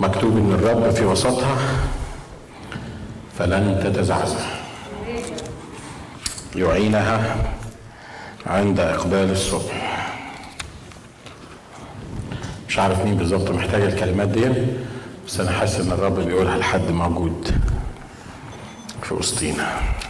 مكتوب ان الرب في وسطها فلن تتزعزع، يعينها عند اقبال الصبح. مش عارف مين بالظبط محتاج الكلمات دي، بس انا حاسس ان الرب بيقولها لحد موجود في وسطينا.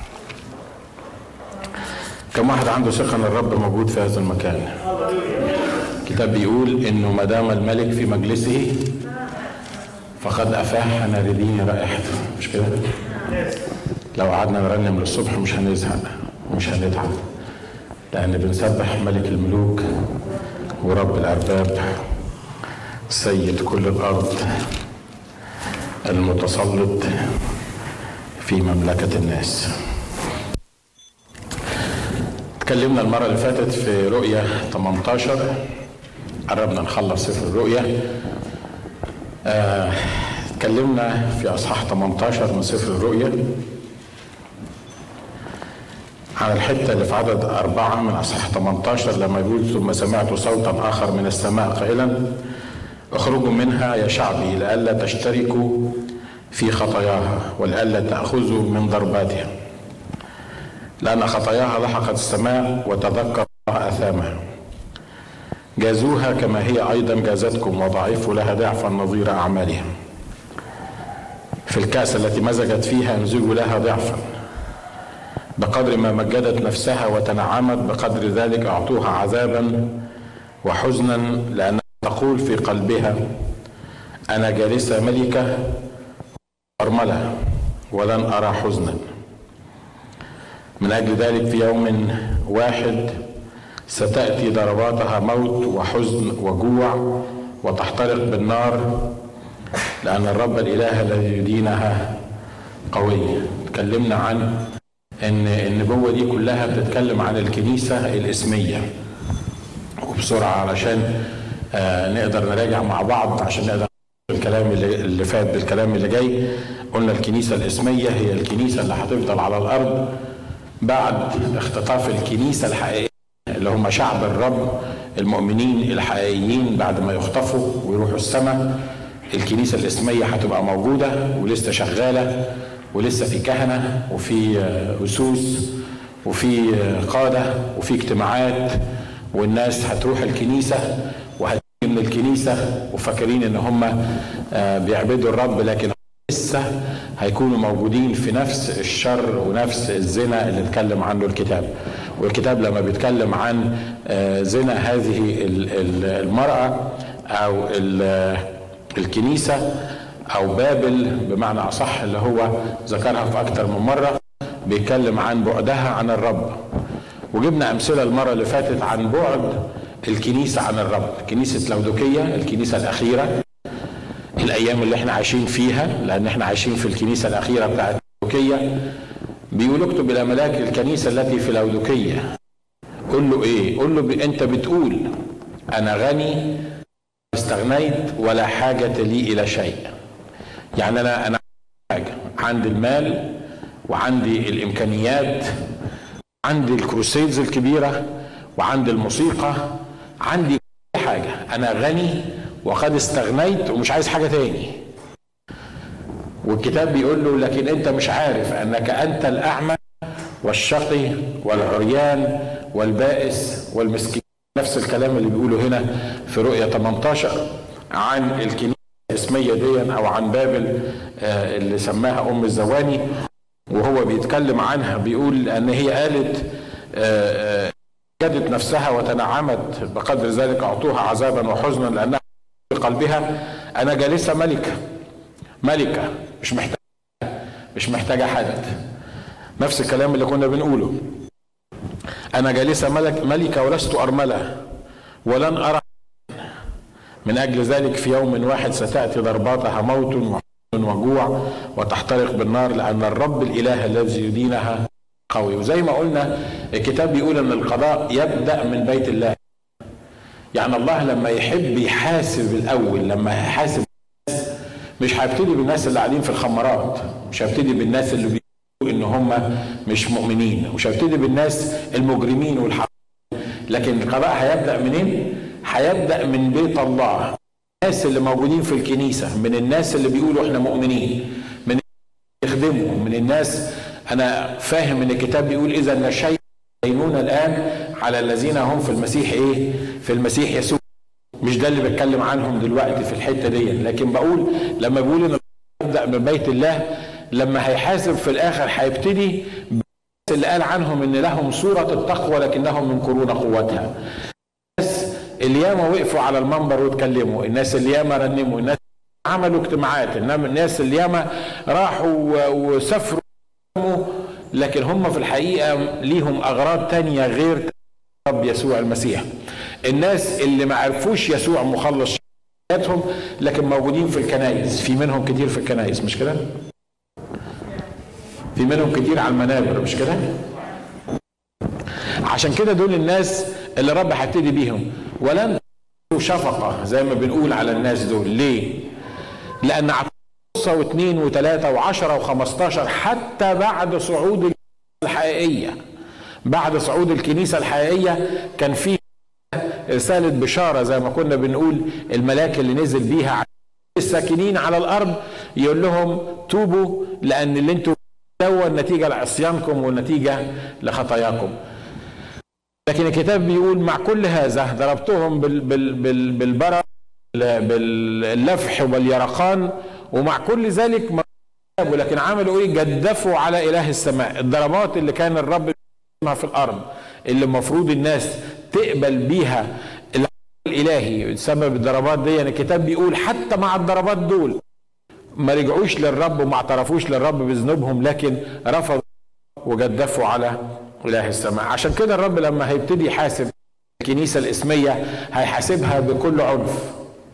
كم واحد عنده ثقه ان الرب موجود في هذا المكان؟ الكتاب بيقول انه ما دام الملك في مجلسه فقد افاح ناردين رائحته، مش كده؟ لو قعدنا نرنم للصبح مش هنزهق ومش هنتعب، لان بنسبح ملك الملوك ورب الارباب سيد كل الارض المتسلط في مملكه الناس. اتكلمنا المره اللي فاتت في رؤيا 18، قربنا نخلص سفر الرؤيا. اتكلمنا في اصحاح 18 من سفر الرؤيا عن الحته اللي في عدد 4 من اصحاح 18 لما يقول: ثم سمعت صوتا اخر من السماء قائلا: اخرجوا منها يا شعبي لئلا تشتركوا في خطاياها ولئلا تاخذوا من ضرباتها، لان خطاياها لحقت السماء وتذكر اثامها. جازوها كما هي ايضا جازتكم وضاعفوا لها ضعفا نظير اعمالها. في الكأس التي مزجت فيها امزجوا لها ضعفا، بقدر ما مجدت نفسها وتنعمت بقدر ذلك اعطوها عذابا وحزنا، لانها تقول في قلبها: انا جالسه ملكه ارمله ولن ارى حزنا. من اجل ذلك في يوم واحد ستأتي ضرباتها موت وحزن وجوع وتحترق بالنار، لأن الرب الإله الذي يدينها قوي. تكلمنا عن إن النبوة دي كلها بتتكلم عن الكنيسة الإسمية، وبسرعة علشان نقدر نراجع مع بعض عشان نقدر الكلام اللي فات بالكلام اللي جاي. قلنا الكنيسة الإسمية هي الكنيسة اللي هتفضل على الأرض بعد اختطاف الكنيسة الحقيقية اللي هم شعب الرب المؤمنين الحقيقيين. بعد ما يخطفوا ويروحوا السماء الكنيسة الإسمية هتبقى موجودة ولسه شغالة، ولسه في كهنة وفي أسوس وفي قادة وفي اجتماعات، والناس هتروح الكنيسة وهتيجي من الكنيسة وفاكرين ان هم بيعبدوا الرب، لكن لسه هيكونوا موجودين في نفس الشر ونفس الزنا اللي اتكلم عنه الكتاب. والكتاب لما بيتكلم عن زنا هذه المرأة أو الكنيسة أو بابل بمعنى أصح اللي هو ذكرها في أكتر من مرة، بيتكلم عن بعدها عن الرب. وجبنا أمثلة المرة اللي فاتت عن بعد الكنيسة عن الرب. كنيسة لودوكية الكنيسة الأخيرة، الأيام اللي احنا عايشين فيها، لأن احنا عايشين في الكنيسة الأخيرة بتاعت لودوكية. بيقول: اكتب إلى ملاك الكنيسة التي في لودوكية. قل له إيه؟ قل له أنت بتقول أنا غني استغنيت ولا حاجة لي إلى شيء. يعني أنا حاجة، عندي المال وعندي الإمكانيات، عندي الكروسيدز الكبيرة وعندي الموسيقى، عندي كل حاجة، أنا غني وقد استغنيت ومش عايز حاجة تاني. والكتاب بيقول له: لكن أنت مش عارف أنك أنت الأعمى والشقي والعريان والبائس والمسكين. نفس الكلام اللي بيقوله هنا في رؤية 18 عن الكنيسة الإسمية دي أو عن بابل اللي سماها أم الزواني. وهو بيتكلم عنها بيقول أن هي قالت جدت نفسها وتنعمت بقدر ذلك أعطوها عذابا وحزنا، لأنها في قلبها أنا جالسة ملكة مش محتاجة حد. نفس الكلام اللي كنا بنقوله، أنا جالسة ملكة ولست أرملة ولن أرى. من أجل ذلك في يوم واحد ستأتي ضرباتها موت وحزن وجوع وتحترق بالنار، لأن الرب الإله الذي يدينها قوي. وزي ما قلنا الكتاب بيقول أن القضاء يبدأ من بيت الله. يعني الله لما يحب يحاسب الأول، لما يحاسب الناس مش هيبتدي بالناس اللي قاعدين في الخمارات، مش هيبتدي بالناس اللي بيقولوا إن هم مش مؤمنين، مش هيبتدي بالناس المجرمين والحرامين، لكن القضاء هيبدأ منين؟ هيبدأ من بيت الله. الناس اللي موجودين في الكنيسة، من الناس اللي بيقولوا احنا مؤمنين، من الناس اللي يخدموا، من الناس. انا فاهم ان الكتاب بيقول اذا لا شيء دينون الان على الذين هم في المسيح ايه؟ في المسيح يسوع. مش ده اللي بتكلم عنهم دلوقتي في الحتة دي، لكن بقول لما بقول ان يبدأ من بيت الله، لما هيحاسب في الاخر هيبتدي اللي قال عنهم ان لهم صورة التقوى لكنهم منكرون قوتها. الناس اللي ياما وقفوا على المنبر واتكلموا، الناس اللي ياما رنموا، الناس اللي عملوا اجتماعات، الناس اللي ياما راحوا وسافروا، لكن هم في الحقيقة ليهم اغراض تانية غير رب يسوع المسيح. الناس اللي ما عرفوش يسوع مخلص حياتهم لكن موجودين في الكنائس، في منهم كتير في الكنائس مش كده؟ في منهم كتير على المنابر مش كده؟ عشان كده دول الناس اللي رب هيبتدي بيهم، ولن شفقة زي ما بنقول على الناس دول. ليه؟ لأن قصة واثنين وثلاثة وعشرة وخمستاشر حتى بعد صعود الحقيقية، بعد صعود الكنيسة الحقيقية كان في رسالة بشارة زي ما كنا بنقول، الملاك اللي نزل بيها على الساكنين على الأرض يقول لهم توبوا لأن اللي انتوا دوا النتيجة لعصيانكم والنتيجة لخطاياكم. لكن الكتاب بيقول مع كل هذا ضربتهم بالبرى باللفح واليرقان، ومع كل ذلك ما تابوا، لكن عملوا ايه؟ جدفوا على إله السماء. الضربات اللي كان الرب في الأرض اللي المفروض الناس تقبل بيها الإلهي بسبب الضربات دي، يعني الكتاب بيقول حتى مع الضربات دول ما رجعوش للرب وما اعترفوش للرب بذنوبهم، لكن رفضوا وجدفوا على إله السماء. عشان كده الرب لما هيبتدي يحاسب الكنيسة الإسمية هيحاسبها بكل عنف.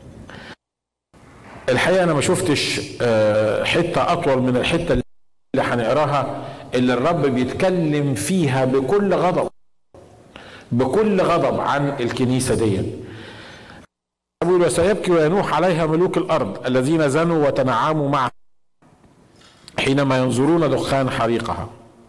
الحقيقة أنا ما شفتش حتة أطول من الحتة اللي هنقراها اللي الرب بيتكلم فيها بكل غضب، بكل غضب عن الكنيسة دي. يقول وسيبكي وينوح عليها ملوك الأرض الذين زنوا وتنعموا معها حينما ينظرون دخان حريقها.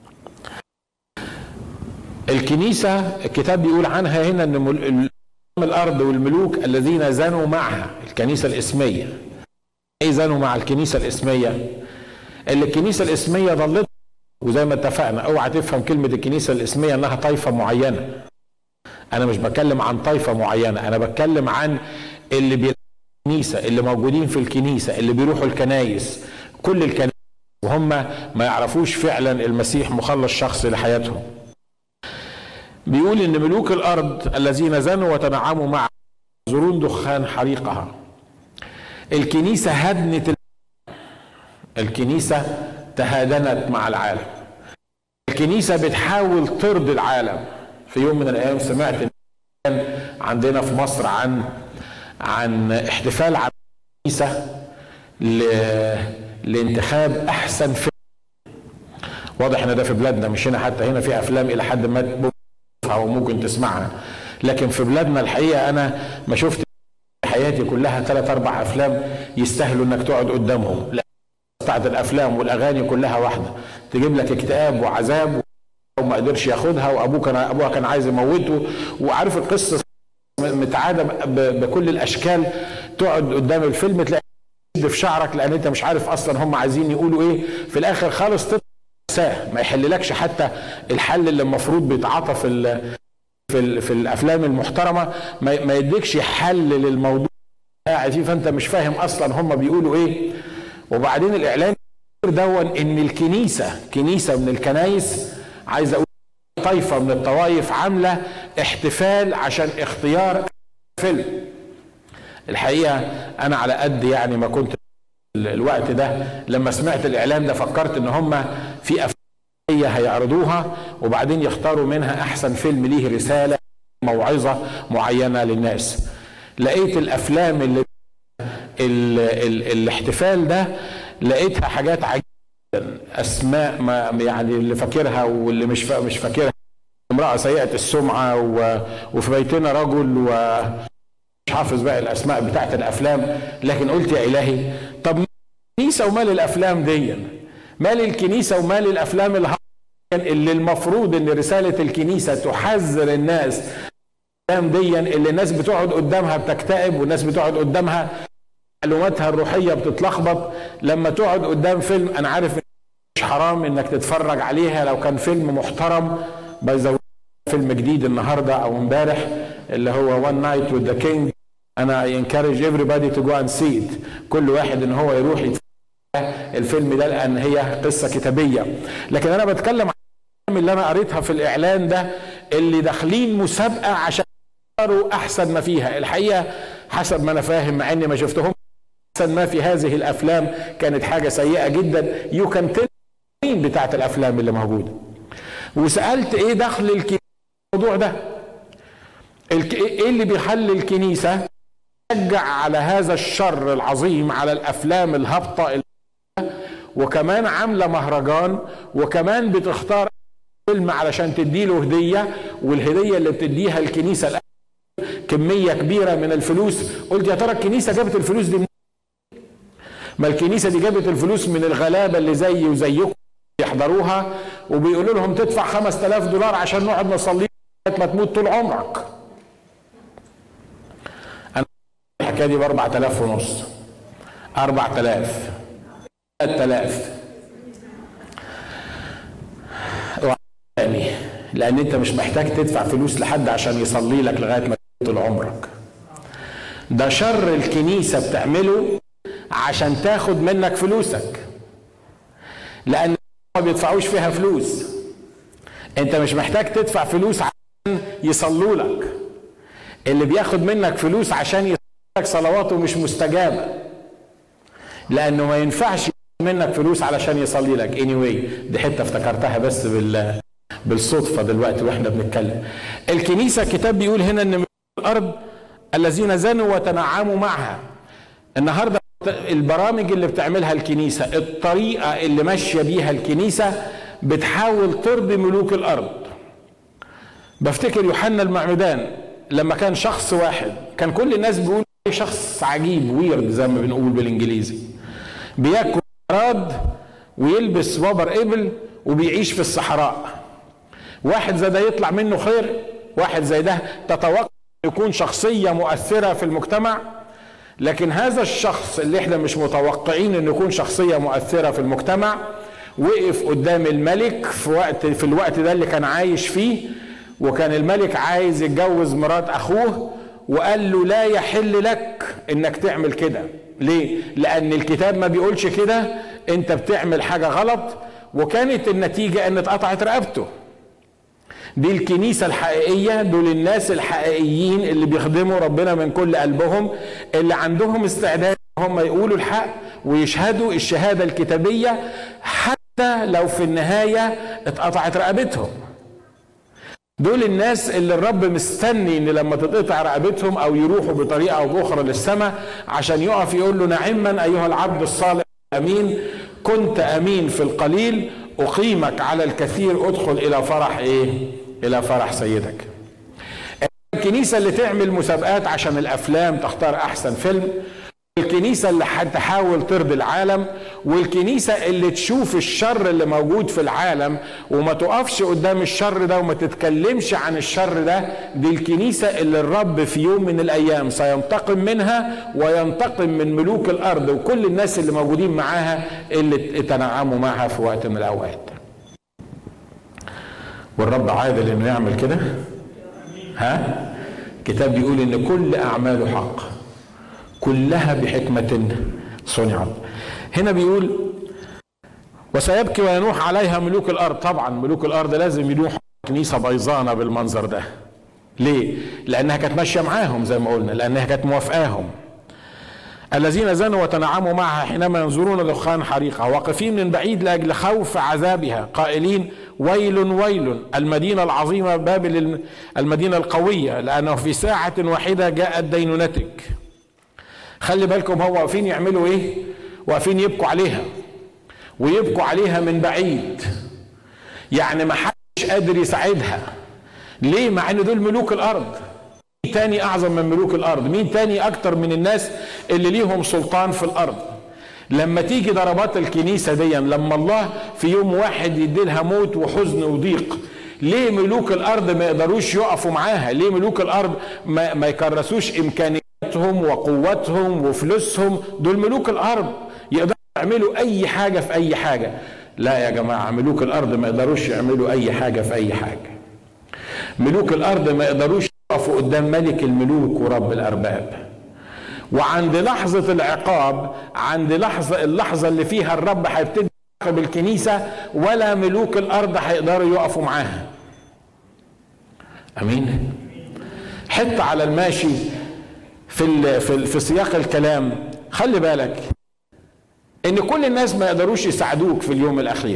الكنيسة الكتاب بيقول عنها هنا أن الأرض والملوك الذين زنوا معها الكنيسة الإسمية. إيه زنوا مع الكنيسة الإسمية؟ اللي الكنيسة الإسمية ضلت، وزي ما اتفقنا اوعى تفهم كلمة الكنيسة الإسمية أنها طائفة معينة. أنا مش بتكلم عن طائفة معينة، أنا بتكلم عن اللي بيروحوا الكنيسة، اللي موجودين في الكنيسة، اللي بيروحوا الكنايس، كل الكنايس، وهم ما يعرفوش فعلا المسيح مخلص شخصي لحياتهم. بيقول إن ملوك الأرض الذين زنوا وتنعموا معها ينظرون دخان حريقها. الكنيسة هدنت، الكنيسة تهادنت مع العالم، الكنيسة بتحاول ترضي العالم. في يوم من الأيام سمعت إن عندنا في مصر عن احتفال على الكنيسة لانتخاب أحسن فيلم. واضح إن ده في بلادنا، مش هنا، حتى هنا في أفلام إلى حد ما أو ممكن تسمعها، لكن في بلادنا الحقيقة أنا ما شفت حياتي كلها 3-4 أفلام يستاهلوا إنك تقعد قدامهم. لا، بتاعت الأفلام والأغاني كلها واحدة، تجيب لك اكتئاب وعذاب وما قدرش ياخدها، وأبوها كان عايز يموته، وعارف القصة متعادة بكل الأشكال. تقعد قدام الفيلم تلاقي في شعرك لأن أنت مش عارف أصلا هم عايزين يقولوا إيه. في الآخر خالص تنساه، ما يحللكش حتى الحل اللي المفروض بيتعاطى في الأفلام المحترمة، ما يديكش حل للموضوع قاعد فيه، فأنت مش فاهم أصلا هم بيقولوا إيه. وبعدين الإعلان دون إن الكنيسة، كنيسة من الكنايس، عايز أقول طائفة من الطوائف عاملة احتفال عشان اختيار فيلم. الحقيقة أنا على قد يعني ما كنت الوقت ده لما سمعت الإعلان ده فكرت إن هم في أفلام هيعرضوها وبعدين يختاروا منها أحسن فيلم ليه رسالة موعظة معينة للناس. لقيت الأفلام الاحتفال ده لقيتها حاجات عجيبة، أسماء ما يعني اللي فاكرها واللي مش فاكرها. امرأة سيئة السمعة، وفي بيتنا رجل، ومش حافظ بقى الأسماء بتاعت الأفلام. لكن قلت يا إلهي، طب الكنيسة ومال الأفلام دي؟ مال الكنيسة ومال الأفلام اللي المفروض إن رسالة الكنيسة تحذر الناس الأفلام دي اللي الناس بتقعد قدامها بتكتئب، والناس بتقعد قدامها معلوماتها الروحية بتتلخبط لما تقعد قدام فيلم. أنا عارف مش حرام إنك تتفرج عليها لو كان فيلم محترم، بيزود فيلم جديد النهاردة أو امبارح اللي هو One Night with the King. أنا encourage everybody to go and see it. كل واحد إن هو يروح يتفرج الفيلم ده لأن هي قصة كتابية. لكن أنا بتكلم عن اللي أنا قريتها في الإعلان ده اللي داخلين مسابقة عشان يختاروا أحسن ما فيها. الحقيقة حسب ما أنا فاهم مع إني ما شفتهم، أحسن ما في هذه الأفلام كانت حاجة سيئة جدا. يو كان تل مين بتاعت الأفلام اللي موجودة. وسألت إيه دخل الموضوع ده؟ إيه اللي بيخلي الكنيسة تشجع على هذا الشر العظيم، على الأفلام الهابطة، وكمان عاملة مهرجان، وكمان بتختار فيلم علشان تديله هدية، والهدية اللي بتديها الكنيسة كمية كبيرة من الفلوس. قلت يا ترى الكنيسة جابت الفلوس دي منين؟ ما الكنيسة دي جابت الفلوس من الغلابة اللي زي وزيكم يحضروها وبيقولوا لهم تدفع $5000 عشان نقعد نصلي لغاية ما تموت طول عمرك. أنا الحكاية دي ب$4500 4000 3000 يعني، لأن أنت مش محتاج تدفع فلوس لحد عشان يصلي لك لغاية ما تموت طول عمرك. ده شر الكنيسة بتعمله عشان تاخد منك فلوسك، لأن ما بيدفعوش فيها فلوس. أنت مش محتاج تدفع فلوس عشان يصلوا لك. اللي بياخد منك فلوس عشان يصلي لك صلواته مش مستجابة، لأنه ما ينفعش ياخد منك فلوس علشان يصلي لك. anyway دي حتة افتكرتها بس بالصدفة دلوقتي واحنا بنتكلم. الكنيسة الكتاب بيقول هنا ان من الارض الذين زنوا وتنعموا معها. النهاردة البرامج اللي بتعملها الكنيسة، الطريقة اللي ماشية بيها الكنيسة بتحاول ترضي ملوك الارض. بفتكر يوحنا المعمدان لما كان شخص واحد، كان كل الناس بيقول شخص عجيب ويرد زي ما بنقول بالانجليزي، بياكل جراد ويلبس وبر ابل وبيعيش في الصحراء. واحد زي ده يطلع منه خير؟ واحد زي ده تتوقع يكون شخصية مؤثرة في المجتمع؟ لكن هذا الشخص اللي احنا مش متوقعين انه يكون شخصية مؤثرة في المجتمع وقف قدام الملك في الوقت ده اللي كان عايش فيه، وكان الملك عايز يتجوز مرات اخوه، وقال له لا يحل لك انك تعمل كده. ليه؟ لان الكتاب ما بيقولش كده، انت بتعمل حاجة غلط. وكانت النتيجة ان اتقطعت رقبته. دي الكنيسة الحقيقية، دول الناس الحقيقيين اللي بيخدموا ربنا من كل قلبهم، اللي عندهم استعداد هم يقولوا الحق ويشهدوا الشهادة الكتابية حتى لو في النهاية اتقطعت رقبتهم. دول الناس اللي الرب مستني ان لما تتقطع رقبتهم او يروحوا بطريقة او باخرى للسماء عشان يقف يقول له نعما ايها العبد الصالح الامين، كنت امين في القليل اقيمك على الكثير، ادخل الى فرح ايه؟ الى فرح سيدك. الكنيسة اللي تعمل مسابقات عشان الافلام تختار احسن فيلم، الكنيسة اللي هتحاول ترضي العالم، والكنيسة اللي تشوف الشر اللي موجود في العالم وما تقفش قدام الشر ده وما تتكلمش عن الشر ده. دي الكنيسة اللي الرب في يوم من الأيام سينتقم منها وينتقم من ملوك الأرض وكل الناس اللي موجودين معاها اللي تنعموا معها في وقت من الأوقات. والرب عادل إنه يعمل كده. الكتاب بيقول إن كل أعماله حق كلها بحكمة صنعت. هنا بيقول وسيبكي وينوح عليها ملوك الأرض. طبعا ملوك الأرض لازم ينوحوا كنيسة بيضانة بالمنظر ده. ليه؟ لأنها كانت ماشية معاهم زي ما قلنا، لأنها كانت موافقاهم. الذين زنوا وتنعموا معها حينما ينظرون دخان حريقها واقفين من بعيد لأجل خوف عذابها قائلين ويل ويل المدينة العظيمة بابل المدينة القوية، لأنه في ساعة واحدة جاءت دينونتك. خلي بالكم هو واقفين يعملوا ايه؟ واقفين يبكوا عليها، ويبكوا عليها من بعيد، يعني ما حدش قادر يساعدها. ليه؟ مع ان دول ملوك الارض. مين تاني اعظم من ملوك الارض؟ مين تاني اكتر من الناس اللي ليهم سلطان في الارض؟ لما تيجي ضربات الكنيسة دي، لما الله في يوم واحد يديلها موت وحزن وضيق، ليه ملوك الارض ما يقدروش يقفوا معاها؟ ليه ملوك الارض ما يكرسوش امكانيات وقوتهم وفلوسهم، دول ملوك الارض يقدروا يعملوا اي حاجه في اي حاجه. لا يا جماعه، ملوك الارض ما يقدروش يعملوا اي حاجه في اي حاجه. ملوك الارض ما يقدروش يقفوا قدام ملك الملوك ورب الارباب. وعند لحظه العقاب، عند اللحظه اللي فيها الرب هيبتدي يعاقب الكنيسه، ولا ملوك الارض هيقدروا يقفوا معاها. امين. حتى على الماشي في سياق الكلام، خلي بالك ان كل الناس ما يقدروش يساعدوك في اليوم الاخير.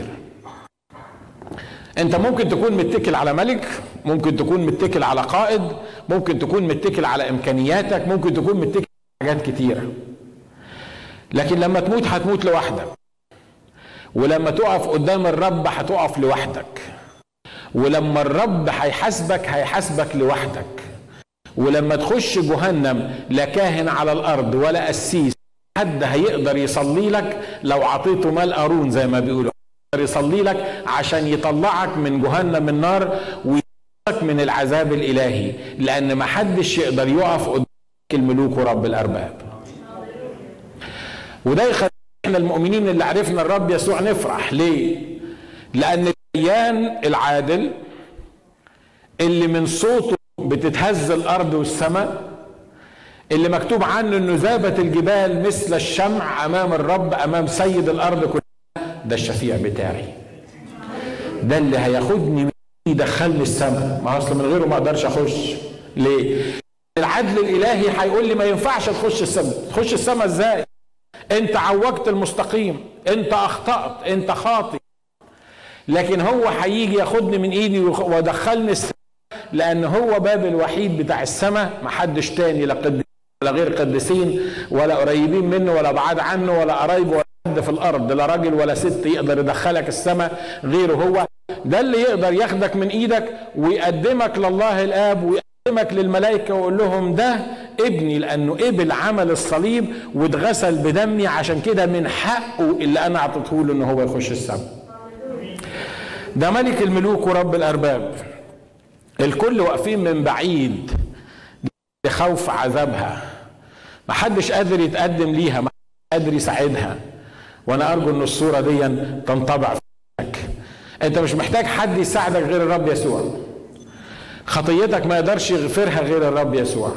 انت ممكن تكون متكل على ملك، ممكن تكون متكل على قائد، ممكن تكون متكل على امكانياتك، ممكن تكون متكل على حاجات كتيره، لكن لما تموت هتموت لوحدك، ولما تقف قدام الرب هتقف لوحدك، ولما الرب هيحاسبك لوحدك، ولما تخش جهنم لا كاهن على الارض ولا قسيس حد هيقدر يصلي لك لو عطيته مال قارون زي ما بيقولوا، يصلي لك عشان يطلعك من جهنم النار ويطلعك من العذاب الالهي، لان ما حدش يقدر يقف قدام الملوك ورب الارباب. وده يخلي احنا المؤمنين اللي عرفنا الرب يسوع نفرح. ليه؟ لان الديان العادل اللي من صوته بتتهز الارض والسماء، اللي مكتوب عنه انه ذابت الجبال مثل الشمع امام الرب، امام سيد الارض كلها، ده الشفيع بتاعي، ده اللي هياخدني من يدخلني السماء. ما اصل من غيره ما اقدرش اخش. ليه؟ العدل الالهي هيقول لي ما ينفعش تخش السماء. تخش السماء ازاي؟ انت عوجت المستقيم، انت اخطأت، انت خاطئ. لكن هو هيجي ياخدني من ايدي ودخلني السماء، لان هو باب الوحيد بتاع السماء، محدش تاني، لا قديسين ولا غير قديسين ولا قريبين منه ولا بعاد عنه ولا قرايبه ولا حد في الارض، لا راجل ولا ست يقدر يدخلك السماء غيره هو. ده اللي يقدر ياخدك من ايدك ويقدمك لله الاب ويقدمك للملائكه ويقول لهم ده ابني، لانه قبل عمل الصليب واتغسل بدمي، عشان كده من حقه اللي انا اعطيته له ان هو يخش السماء. ده ملك الملوك ورب الارباب. الكل واقفين من بعيد لخوف عذابها، ما حدش قادر يتقدم ليها، ما حدش قادر يساعدها. وانا ارجو ان الصورة دي تنطبع فيك. انت مش محتاج حد يساعدك غير الرب يسوع. خطيتك ما يقدرش يغفرها غير الرب يسوع.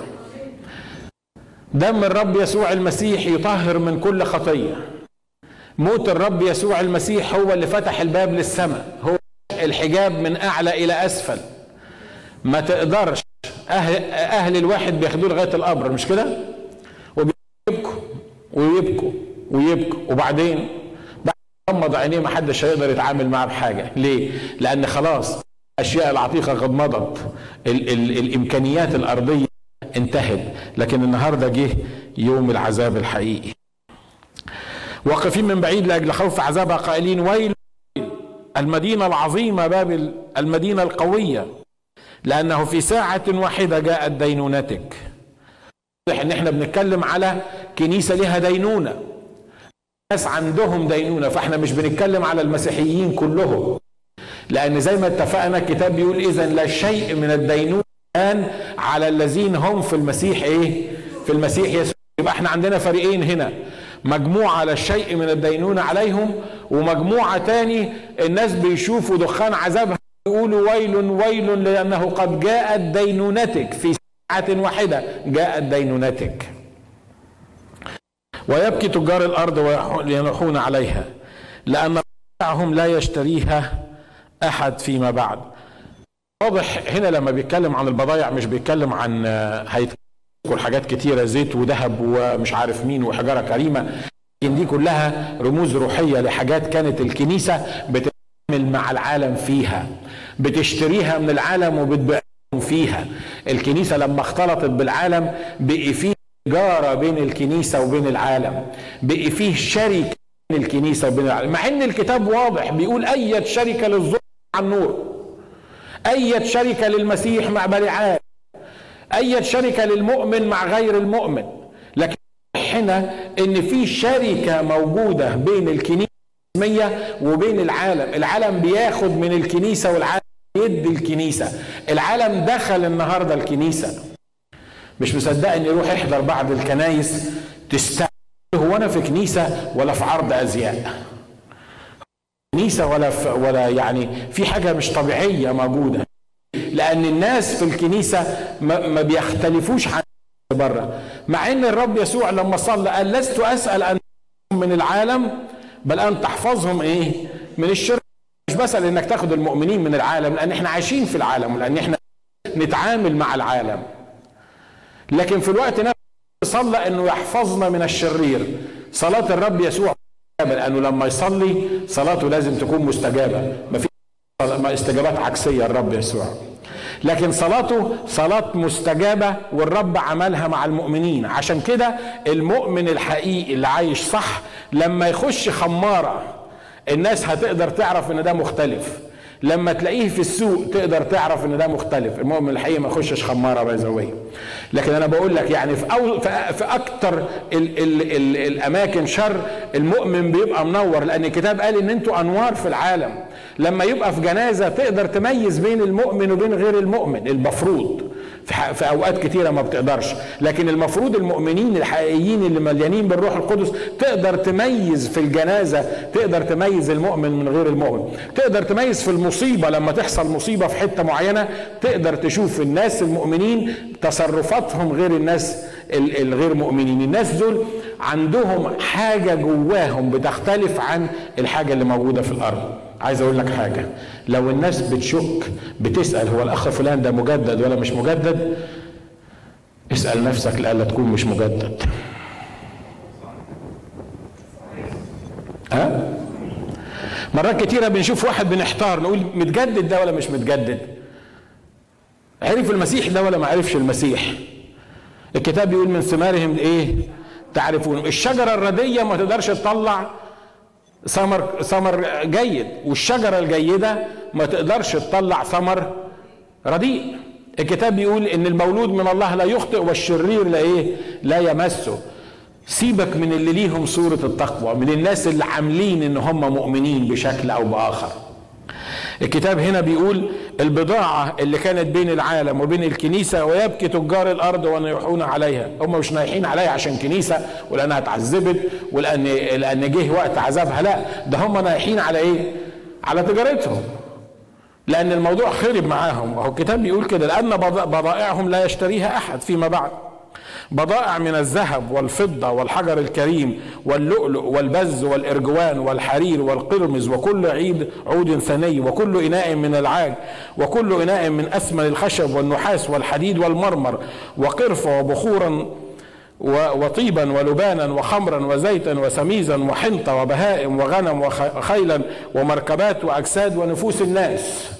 دم الرب يسوع المسيح يطهر من كل خطية. موت الرب يسوع المسيح هو اللي فتح الباب للسماء، هو الحجاب من اعلى الى اسفل. ما تقدرش اهل الواحد بياخدوه لغايه القبر، مش كده؟ وبيبكوا ويبكوا ويبكوا، وبعدين بعد ما غمض عينيه ما حدش هيقدر يتعامل معاه بحاجه. ليه؟ لان خلاص الاشياء العتيقه قد مضت، الامكانيات الارضيه انتهت. لكن النهارده جه يوم العذاب الحقيقي. واقفين من بعيد لاجل خوف عذابها قائلين ويل المدينه العظيمه بابل، المدينه القويه، لأنه في ساعة واحدة جاءت دينونتك. واضح إن إحنا بنتكلم على كنيسة لها دينونة، ناس عندهم دينونة، فإحنا مش بنتكلم على المسيحيين كلهم، لأن زي ما اتفقنا الكتاب بيقول إذن لا شيء من الدينونة الآن على الذين هم في المسيح إيه؟ في المسيح يسوع. يبقى إحنا عندنا فريقين هنا، مجموعة لا شيء من الدينونة عليهم، ومجموعة تاني الناس بيشوفوا دخان عذابها يقولوا ويل ويل لأنه قد جاءت دينونتك، في ساعة واحدة جاءت دينونتك. ويبكي تجار الأرض وينوحون عليها لأن بضاعهم لا يشتريها أحد فيما بعد. واضح هنا لما بيتكلم عن البضائع مش بيتكلم عن هيتكل حاجات كتيرة، زيت وذهب ومش عارف مين وحجارة كريمة، لكن دي كلها رموز روحية لحاجات كانت الكنيسة بتتعامل مع العالم فيها، بتشتريها من العالم وبتبيعهم فيها. الكنيسة لما اختلطت بالعالم بقي فيه تجارة بين الكنيسة وبين العالم، بقي فيه شركة بين الكنيسة وبين العالم، مع ان الكتاب واضح بيقول اية شركة للظلم مع النور، اية شركة للمسيح مع بلعام، اية شركة للمؤمن مع غير المؤمن. لكن هنا ان في شركة موجودة بين الكنيسة وبين العالم. العالم بياخد من الكنيسة والعالم يدي الكنيسة. العالم دخل النهاردة الكنيسة، مش مصدق ان يروح يحضر بعض الكنايس تستعجل، هو انا في كنيسه ولا في عرض ازياء؟ كنيسه ولا يعني في حاجه مش طبيعيه موجوده، لان الناس في الكنيسه ما بيختلفوش عن بره. مع ان الرب يسوع لما صلى قال لست اسال ان من العالم بل ان تحفظهم ايه؟ من الشر. مش بسال انك تاخد المؤمنين من العالم، لان احنا عايشين في العالم ولان احنا نتعامل مع العالم، لكن في الوقت نفسه صلى انه يحفظنا من الشرير. صلاة الرب يسوع لانه لما يصلي صلاته لازم تكون مستجابة، ما في استجابات عكسية الرب يسوع، لكن صلاته صلاة مستجابة والرب عملها مع المؤمنين. عشان كده المؤمن الحقيقي اللي عايش صح لما يخش خمارة الناس هتقدر تعرف ان ده مختلف، لما تلاقيه في السوق تقدر تعرف ان ده مختلف. المؤمن الحقيقي ما يخشش خماره بيزويه. لكن انا بقول لك يعني في اكتر الاماكن شر المؤمن بيبقى منور، لان الكتاب قال ان انتوا انوار في العالم. لما يبقى في جنازه تقدر تميز بين المؤمن وبين غير المؤمن، المفروض في اوقات كتيره ما بتقدرش، لكن المفروض المؤمنين الحقيقيين اللي مليانين بالروح القدس تقدر تميز في الجنازه، تقدر تميز المؤمن من غير المؤمن، تقدر تميز في المصيبه لما تحصل مصيبه في حته معينه تقدر تشوف الناس المؤمنين تصرفاتهم غير الناس الغير مؤمنين. الناس دول عندهم حاجه جواهم بتختلف عن الحاجه اللي موجوده في الارض. عايز اقول لك حاجه، لو الناس بتشك بتسال هو الاخ فلان ده مجدد ولا مش مجدد، اسال نفسك لألا تكون مش مجدد. مرات كتيره بنشوف واحد بنحتار نقول متجدد ده ولا مش متجدد، عرف المسيح ده ولا ما عرفش المسيح. الكتاب بيقول من ايه تعرفون. الشجره الرديه ما تقدرش تطلع ثمر جيد، والشجرة الجيدة ما تقدرش تطلع ثمر رديء. الكتاب بيقول ان المولود من الله لا يخطئ والشرير لا يمسه. سيبك من اللي ليهم صورة التقوى، من الناس اللي عاملين ان هم مؤمنين بشكل او باخر. الكتاب هنا بيقول البضاعة اللي كانت بين العالم وبين الكنيسة ويبكي تجار الأرض ونيحون عليها. هم مش نايحين عليها عشان كنيسة ولأنها اتعذبت ولأن جه وقت عذابها، لا، ده هم نايحين على إيه؟ على تجارتهم، لأن الموضوع خرب معاهم. وهو الكتاب بيقول كده لأن بضائعهم لا يشتريها أحد فيما بعد. بضائع من الذهب والفضة والحجر الكريم واللؤلؤ والبز والإرجوان والحرير والقرمز وكل عود ثني وكل إناء من العاج وكل إناء من أثمن الخشب والنحاس والحديد والمرمر وقرفة وبخورا وطيبا ولبانا وخمرا وزيتا وسميزا وحنطة وبهائم وغنم وخيلا ومركبات وأجساد ونفوس الناس.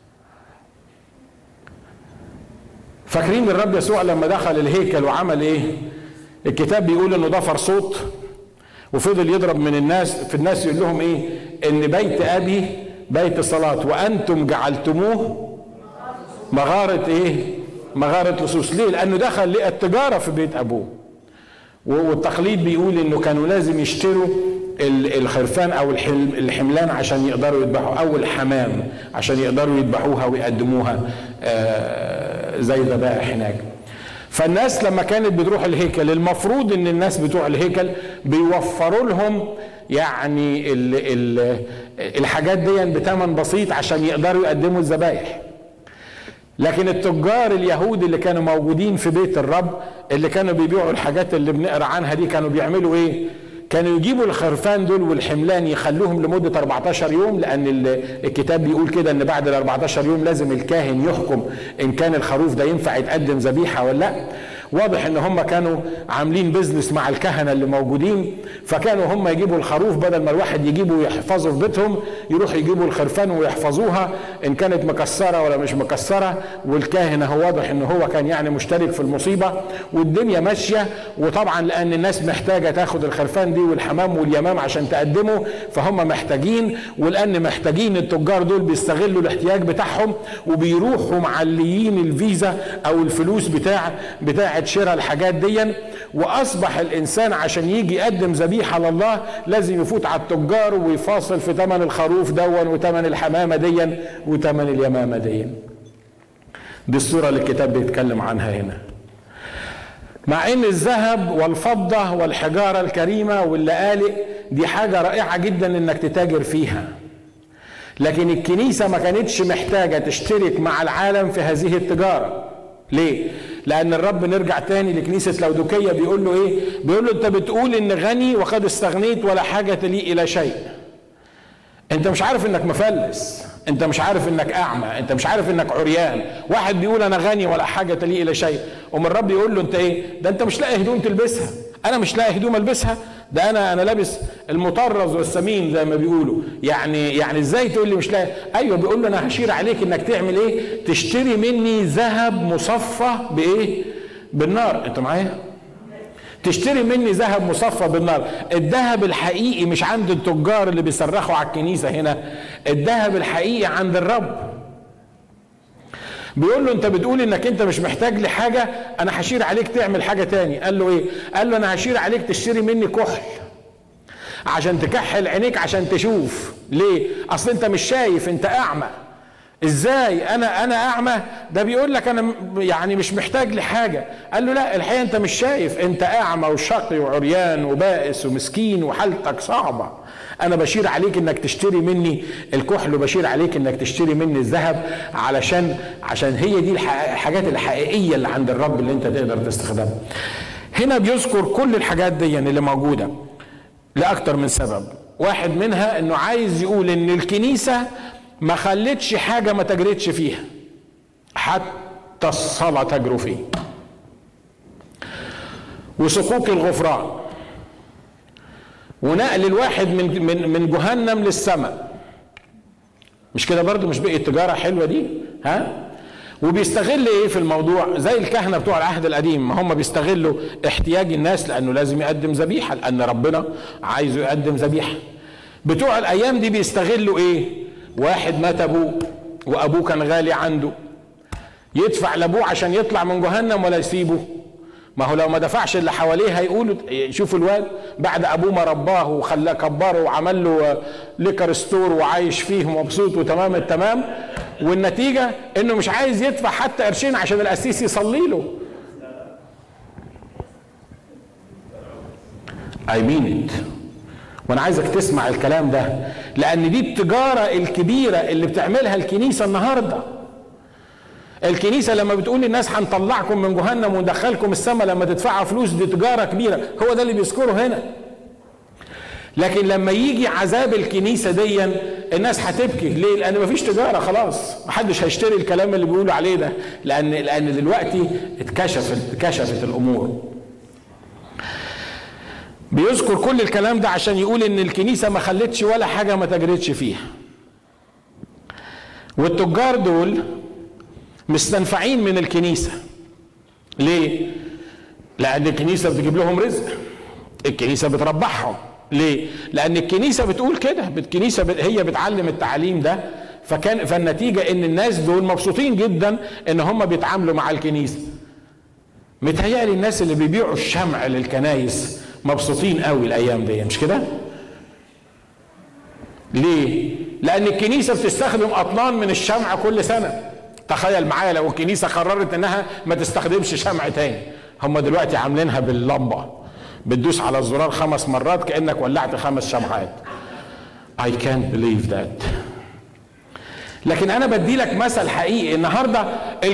فاكرين الرب يسوع لما دخل الهيكل وعمل ايه؟ الكتاب بيقول انه ضفر صوت وفضل يضرب من الناس في الناس، يقول لهم ايه؟ ان بيت ابي بيت صلاة وانتم جعلتموه مغارة ايه؟ مغارة لصوص. ليه؟ لانه دخل لقى التجارة في بيت ابوه. والتقليد بيقول انه كانوا لازم يشتروا الخرفان او الحملان عشان يقدروا يذبحوا، او الحمام عشان يقدروا يذبحوها ويقدموها زي ذبائح هناك. فالناس لما كانت بتروح الهيكل المفروض ان الناس بتوع الهيكل بيوفروا لهم يعني الحاجات دي بثمن بسيط عشان يقدروا يقدموا الذبائح. لكن التجار اليهود اللي كانوا موجودين في بيت الرب اللي كانوا بيبيعوا الحاجات اللي بنقرا عنها دي كانوا بيعملوا ايه؟ كانوا يجيبوا الخرفان دول والحملان يخلوهم لمدة 14 يوم، لأن الكتاب بيقول كده إن بعد ال 14 يوم لازم الكاهن يحكم إن كان الخروف ده ينفع يتقدم ذبيحة ولا لأ. واضح إن هم كانوا عاملين بيزنس مع الكهنة اللي موجودين، فكانوا هم يجيبوا الخروف بدل ما الواحد يجيبه ويحفظه في بيتهم، يروح يجيبوا الخرفان ويحفظوها إن كانت مكسرة ولا مش مكسرة. والكاهن هو واضح إن هو كان يعني مشترك في المصيبة والدنيا ماشية. وطبعا لأن الناس محتاجة تاخد الخرفان دي والحمام واليمام عشان تقدمه فهم محتاجين، ولأن محتاجين التجار دول بيستغلوا الاحتياج بتاعهم وبيروحوا معليين الفيزا أو الفلوس بتاعة شراء الحاجات دي. وأصبح الإنسان عشان يجي يقدم ذبيحة لله لازم يفوت على التجار ويفاصل في ثمن الخروف دون وثمن الحمامة دي وثمن اليمامة دي. دي الصورة اللي الكتاب بيتكلم عنها هنا. مع ان الذهب والفضة والحجارة الكريمة واللآلئ دي حاجة رائعة جدا انك تتاجر فيها، لكن الكنيسة ما كانتش محتاجة تشترك مع العالم في هذه التجارة. ليه؟ لأن الرب، نرجع تاني لكنيسة لودوكية، بيقول له إيه؟ بيقول له أنت بتقول إن غني وقد استغنيت ولا حاجة لي إلى شيء. أنت مش عارف إنك مفلس، أنت مش عارف إنك أعمى، أنت مش عارف إنك عريان. واحد بيقول أنا غني ولا حاجة لي إلى شيء، ومن الرب يقول له أنت إيه؟ ده أنت مش لاقي هدوم تلبسها. أنا مش لاقي هدوم ألبسها، ده أنا لابس المطرز والسمين زي ما بيقولوا. يعني إزاي تقول لي مش لاقي؟ أيوه، بيقول له أنا هشير عليك إنك تعمل إيه؟ تشتري مني ذهب مصفى بإيه؟ بالنار. أنت معايا؟ تشتري مني ذهب مصفى بالنار. الذهب الحقيقي مش عند التجار اللي بيصرخوا على الكنيسة هنا، الذهب الحقيقي عند الرب. بيقول له انت بتقول انك انت مش محتاج لحاجة، انا هشير عليك تعمل حاجة تاني. قال له ايه؟ قال له انا هشير عليك تشتري مني كحل عشان تكحل عينيك عشان تشوف. ليه؟ اصل انت مش شايف، انت اعمى. ازاي انا اعمى؟ ده بيقول لك انا يعني مش محتاج لحاجة. قال له لا، الحقيقة انت مش شايف، انت اعمى وشقي وعريان وبائس ومسكين وحالتك صعبة. انا بشير عليك انك تشتري مني الكحل، وبشير عليك انك تشتري مني الذهب عشان هي دي الحاجات الحقيقية اللي عند الرب اللي انت تقدر تستخدمها. هنا بيذكر كل الحاجات دي اللي موجودة لأكتر من سبب. واحد منها انه عايز يقول ان الكنيسة ما خلتش حاجة ما تجرتش فيها، حتى الصلاة تجروا فيه، وسقوق الغفران، ونقل الواحد من جهنم للسماء. مش كده برضو؟ مش بقى التجارة حلوة دي؟ ها؟ وبيستغل ايه في الموضوع؟ زي الكهنة بتوع العهد القديم، ما هم بيستغلوا احتياج الناس لانه لازم يقدم ذبيحة، لان ربنا عايزه يقدم ذبيحة. بتوع الايام دي بيستغلوا ايه؟ واحد مات ابوه وابوه كان غالي عنده، يدفع لابوه عشان يطلع من جهنم ولا يسيبه؟ ما هو لو ما دفعش اللي حواليه هيقولوا شوفوا الواد بعد ابوه ما رباه وخلاه كبره وعمل له ليكر ستور وعايش فيه مبسوط وتمام التمام، والنتيجه انه مش عايز يدفع حتى قرشين عشان القسيس يصلي له. I mean it. وانا عايزك تسمع الكلام ده، لان دي التجاره الكبيره اللي بتعملها الكنيسه النهارده. الكنيسة لما بتقول للناس هنطلعكم من جهنم وندخلكم السماء لما تدفعوا فلوس، دي تجارة كبيرة. هو ده اللي بيذكره هنا. لكن لما يجي عذاب الكنيسة دي الناس هتبكي. ليه؟ لأن مفيش تجارة، خلاص محدش هيشتري الكلام اللي بيقولوا عليه ده، لأن دلوقتي اتكشفت الأمور. بيذكر كل الكلام ده عشان يقول إن الكنيسة ما خلتش ولا حاجة ما تجرتش فيها. والتجار دول مستنفعين من الكنيسة. ليه؟ لأن الكنيسة بتجيب لهم رزق، الكنيسة بتربحهم. ليه؟ لأن الكنيسة بتقول كده، الكنيسة هي بتعلم التعليم ده، فالنتيجة إن الناس دول مبسوطين جدا إن هم بيتعاملوا مع الكنيسة. متهيألي الناس اللي بيبيعوا الشمع للكنايس مبسوطين قوي الأيام دي، مش كده؟ ليه؟ لأن الكنيسة بتستخدم أطنان من الشمع كل سنة. تخيل معايا لو الكنيسة قررت انها ما تستخدمش شمع تاني. هم دلوقتي عاملينها باللمبة، بتدوس على الزرار 5 مرات كأنك ولعت 5 شمعات. I can't believe that. لكن انا بدي لك مثل حقيقي. النهاردة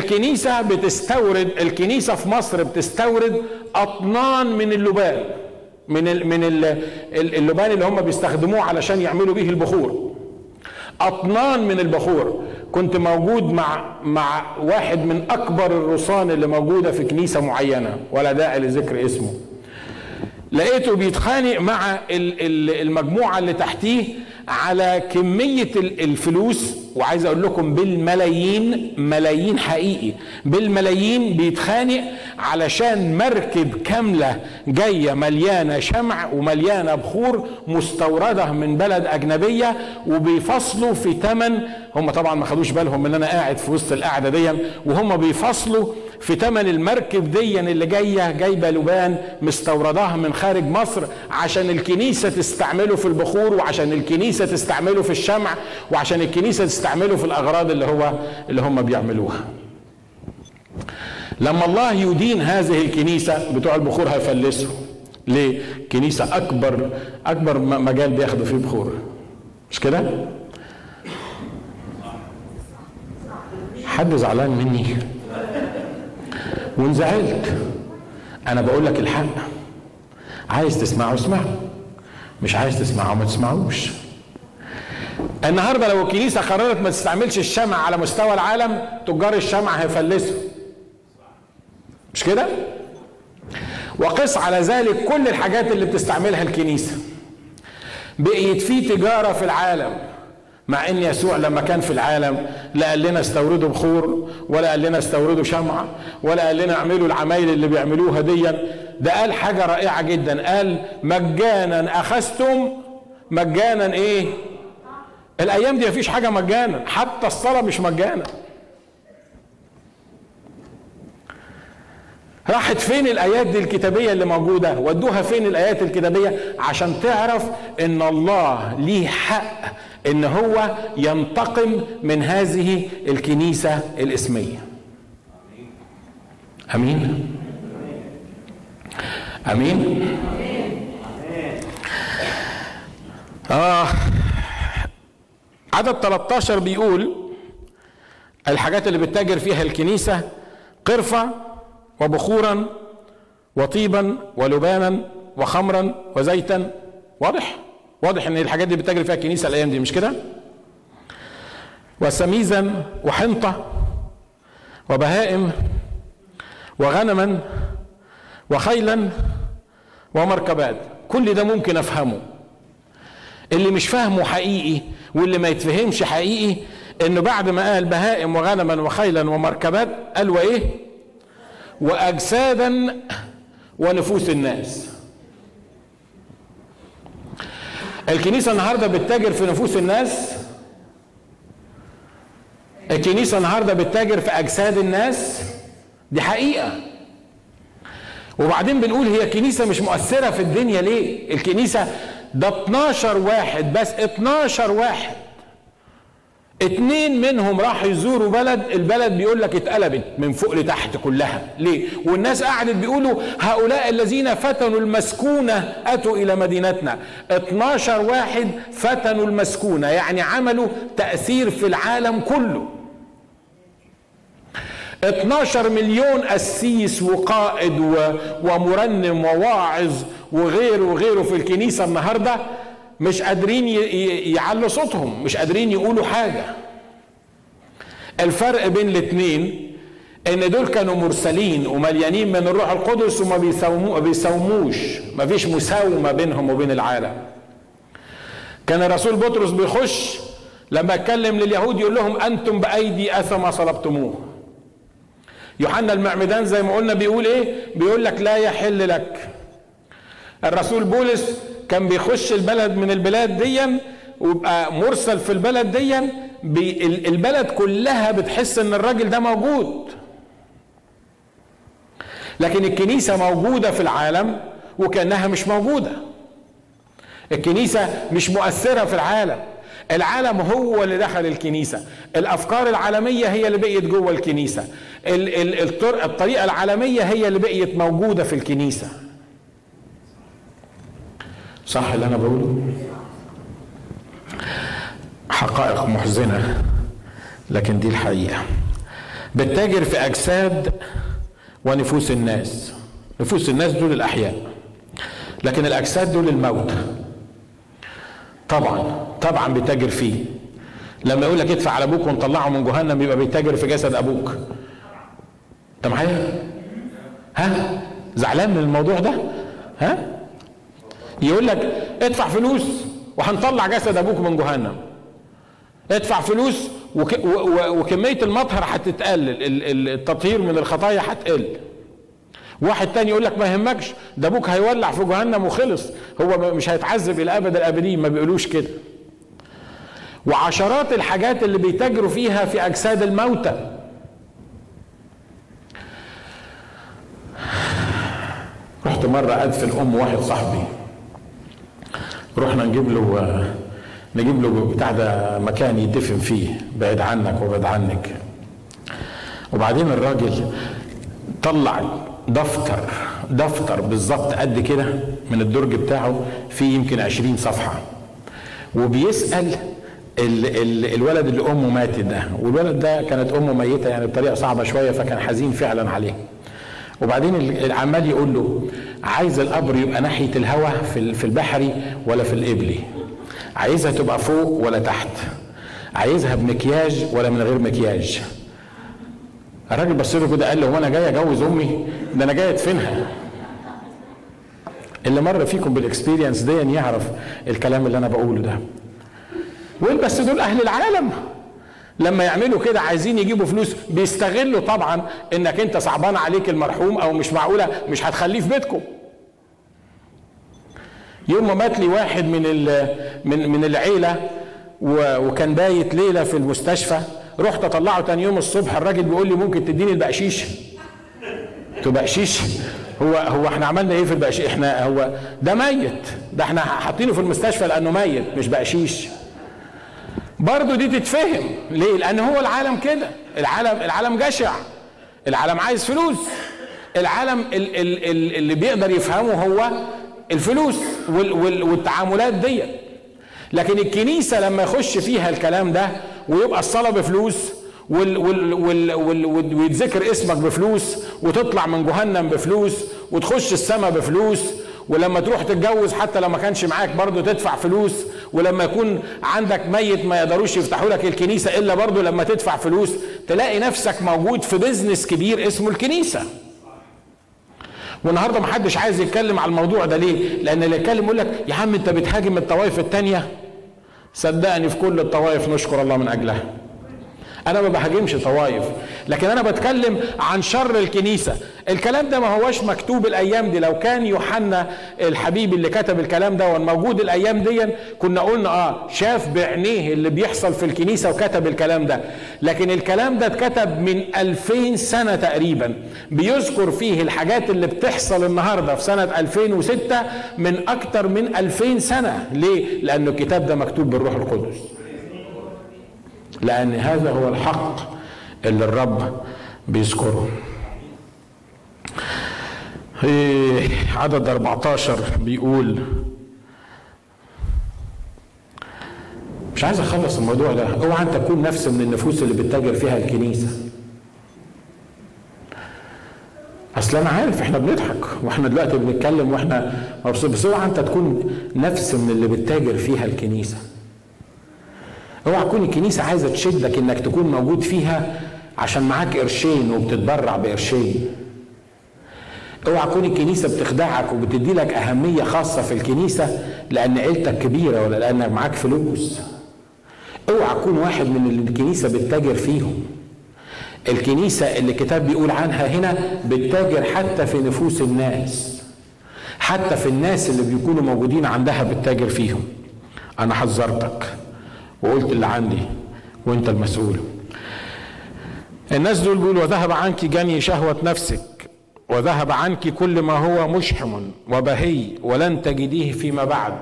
الكنيسة في مصر بتستورد اطنان من اللبان، من اللبان اللي هم بيستخدموه علشان يعملوا به البخور. اطنان من البخور. كنت موجود مع واحد من اكبر الرصان اللي موجوده في كنيسه معينه ولا داعي لذكر اسمه. لقيته بيتخانق مع المجموعه اللي تحتيه على كميه الفلوس، وعايز اقول لكم بالملايين، ملايين حقيقي، بالملايين بيتخانق علشان مركب كامله جايه مليانه شمع ومليانه بخور مستورده من بلد اجنبيه، وبيفصلوا في ثمن. هم طبعا ما خدوش بالهم ان انا قاعد في وسط القعده دي، وهم بيفصلوا في ثمن المركب دي اللي جايبه لبان مستورداها من خارج مصر عشان الكنيسه تستعمله في البخور، وعشان الكنيسه تستعمله في الشمع، وعشان الكنيسه تستعمله في الاغراض اللي هم بيعملوها. لما الله يدين هذه الكنيسة بتوع البخور هيفلسوا. ليه؟ كنيسة أكبر مجال بياخدوا فيه بخور، مش كده؟ حد زعلان مني وانزعلت؟ أنا بقول لك الحق، عايز تسمعه اسمعه، مش عايز تسمعه ما تسمعوش. النهارده لو الكنيسة قررت ما تستعملش الشمع على مستوى العالم، تجار الشمع هيفلسوا، مش كده؟ وقس على ذلك كل الحاجات اللي بتستعملها الكنيسة. بقيت في تجارة في العالم، مع ان يسوع لما كان في العالم لا قال لنا استوردوا بخور، ولا قال لنا استوردوا شمعة، ولا قال لنا اعملوا العمايل اللي بيعملوها دي. ده قال حاجة رائعة جدا، قال مجانا اخذتم مجانا ايه؟ الايام دي مفيش حاجة مجانا، حتى الصلاة مش مجانا. راحت فين الايات دي الكتابية اللي موجودة؟ ودوها فين الايات الكتابية؟ عشان تعرف ان الله ليه حق ان هو ينتقم من هذه الكنيسة الاسمية. امين امين. عدد 13 بيقول الحاجات اللي بتتاجر فيها الكنيسة: قرفة وبخورا وطيبا ولبانا وخمرا وزيتا. واضح ان الحاجات دي بتتاجر فيها الكنيسة الايام دي، مش كده؟ وسميزا وحنطة وبهائم وغنما وخيلا ومركبات. كل ده ممكن افهمه. اللي مش فاهمه حقيقي واللي ما يتفهمش حقيقي انه بعد ما قال بهائم وغنما وخيلا ومركبات قال وايه؟ واجسادا ونفوس الناس. الكنيسة النهاردة بتتاجر في نفوس الناس، الكنيسة النهاردة بتتاجر في اجساد الناس، دي حقيقة. وبعدين بنقول هي كنيسة مش مؤثرة في الدنيا ليه؟ الكنيسة ده 12 واحد بس، 12 واحد، 2 منهم راحوا يزوروا بلد، البلد بيقول لك اتقلبت من فوق لتحت كلها. ليه؟ والناس قعدت بيقولوا هؤلاء الذين فتنوا المسكونة أتوا إلى مدينتنا. 12 واحد فتنوا المسكونة، يعني عملوا تأثير في العالم كله. 12 مليون قسيس وقائد ومرنم وواعظ وغيره في الكنيسة النهاردة مش قادرين يعلوا صوتهم، مش قادرين يقولوا حاجة. الفرق بين الاثنين ان دول كانوا مرسلين ومليانين من الروح القدس وما بيساوموش، ما فيش مساومة بينهم وبين العالم. كان الرسول بطرس بيخش لما اتكلم لليهود يقول لهم انتم بايدي اثم صلبتموه. يوحنا المعمدان زي ما قلنا بيقول ايه؟ بيقول لك لا يحل لك. الرسول بولس كان بيخش البلد من البلاد ديا ويبقى مرسل في البلد ديا، البلد كلها بتحس ان الراجل ده موجود. لكن الكنيسة موجودة في العالم وكأنها مش موجودة. الكنيسة مش مؤثرة في العالم، العالم هو اللي دخل الكنيسة. الأفكار العالمية هي اللي بقيت جوه الكنيسة، الطريقة العالمية هي اللي بقيت موجودة في الكنيسة. صح اللي أنا بقوله؟ حقائق محزنة لكن دي الحقيقة. بتتاجر في أجساد ونفوس الناس. نفوس الناس دول الأحياء، لكن الأجساد دول الموت. طبعا بيتاجر فيه. لما يقول لك ادفع على ابوك ونطلعه من جهنم يبقى بيتاجر في جسد ابوك. انت معايا؟ ها؟ زعلان من الموضوع ده؟ ها؟ يقول لك ادفع فلوس وهنطلع جسد ابوك من جهنم. ادفع فلوس وكمية المطهر هتتقلل، التطهير من الخطايا هتقل. واحد تاني يقول لك ما يهمكش، ده ابوك هيولع في جهنم وخلص، هو مش هيتعذب الى ابد الابدين. ما بيقولوش كده. وعشرات الحاجات اللي بيتاجروا فيها في اجساد الموتى. رحت مرة ادفن واحد صاحبي، رحنا نجيب له بتاع ده مكان يدفن فيه بعيد عنك وبعيد عنك. وبعدين الراجل طلع دفتر بالظبط قد كده من الدرج بتاعه، فيه يمكن 20 صفحة، وبيسأل الولد اللي امه ماتت ده، والولد ده كانت امه ميته يعني بطريقه صعبه شويه، فكان حزين فعلا عليه. وبعدين عمال يقول له عايز القبر يبقى ناحيه الهواء في البحري ولا في القبلي؟ عايزها تبقى فوق ولا تحت؟ عايزها بمكياج ولا من غير مكياج؟ الراجل بص له كده قال له هو انا جاي اجوز امي؟ ده انا جاي ادفنها. اللي مر فيكم بالاكسبيرينس دي يعرف الكلام اللي انا بقوله ده. بس دول اهل العالم لما يعملوا كده عايزين يجيبوا فلوس، بيستغلوا طبعا انك انت صعبان عليك المرحوم، او مش معقوله مش هتخليه في بيتكم. يوم ما مات لي واحد من العيله وكان بايت ليله في المستشفى، رحت اطلعه تاني يوم الصبح، الراجل بيقول لي ممكن تديني البقشيش؟ بقشيش؟ هو احنا عملنا ايه في البقشيش؟ احنا هو ده ميت، ده احنا حاطينه في المستشفى لانه ميت مش بقشيش. برضه دي تتفهم ليه؟ لان هو العالم كده، العالم جشع، العالم عايز فلوس، العالم اللي بيقدر يفهمه هو الفلوس والتعاملات دي. لكن الكنيسه لما يخش فيها الكلام ده ويبقى الصلاه بفلوس ويتذكر اسمك بفلوس، وتطلع من جهنم بفلوس، وتخش السماء بفلوس، ولما تروح تتجوز حتى لو ما كانش معاك برضه تدفع فلوس، ولما يكون عندك ميت ما يقدروش يفتحوا لك الكنيسه الا برضه لما تدفع فلوس، تلاقي نفسك موجود في بيزنس كبير اسمه الكنيسه. والنهارده ما حدش عايز يتكلم على الموضوع ده ليه؟ لان اللي يتكلم يقول لك يا عم انت بتهاجم الطوائف الثانيه. صدقني في كل الطوائف نشكر الله من اجلها. انا ما بهاجمش طوائف، لكن انا بتكلم عن شر الكنيسه. الكلام ده ما هوش مكتوب الايام دي، لو كان يوحنا الحبيب اللي كتب الكلام ده والموجود الايام دي كنا قلنا شاف بعينيه اللي بيحصل في الكنيسه وكتب الكلام ده. لكن الكلام ده اتكتب من 2000 سنه تقريبا، بيذكر فيه الحاجات اللي بتحصل النهارده في سنه 2006 من اكتر من 2000 سنه. ليه؟ لانه الكتاب ده مكتوب بالروح القدس، لأن هذا هو الحق اللي الرب بيذكره. عدد 14 بيقول، مش عايز اخلص الموضوع ده، اوعى انت تكون نفس من النفوس اللي بتتاجر فيها الكنيسه. اصل انا عارف احنا بنضحك واحنا دلوقتي بنتكلم واحنا مبسوطين، بس اوعى انت تكون نفس من اللي بتتاجر فيها الكنيسه. اوعى تكون الكنيسه عايزه تشدك انك تكون موجود فيها عشان معاك قرشين وبتتبرع بقرشين. اوعى تكون الكنيسه بتخدعك وبتدي لك اهميه خاصه في الكنيسه لان عيلتك كبيره ولا لانك معاك فلوس. اوعى تكون واحد من اللي الكنيسه بتتاجر فيهم. الكنيسه اللي الكتاب بيقول عنها هنا بتتاجر حتى في نفوس الناس، حتى في الناس اللي بيكونوا موجودين عندها بتتاجر فيهم. انا حذرتك وقلت اللي عندي وانت المسؤول. الناس دول بيقولوا وذهب عنك جني شهوة نفسك، وذهب عنك كل ما هو مشحم وبهي ولن تجديه فيما بعد.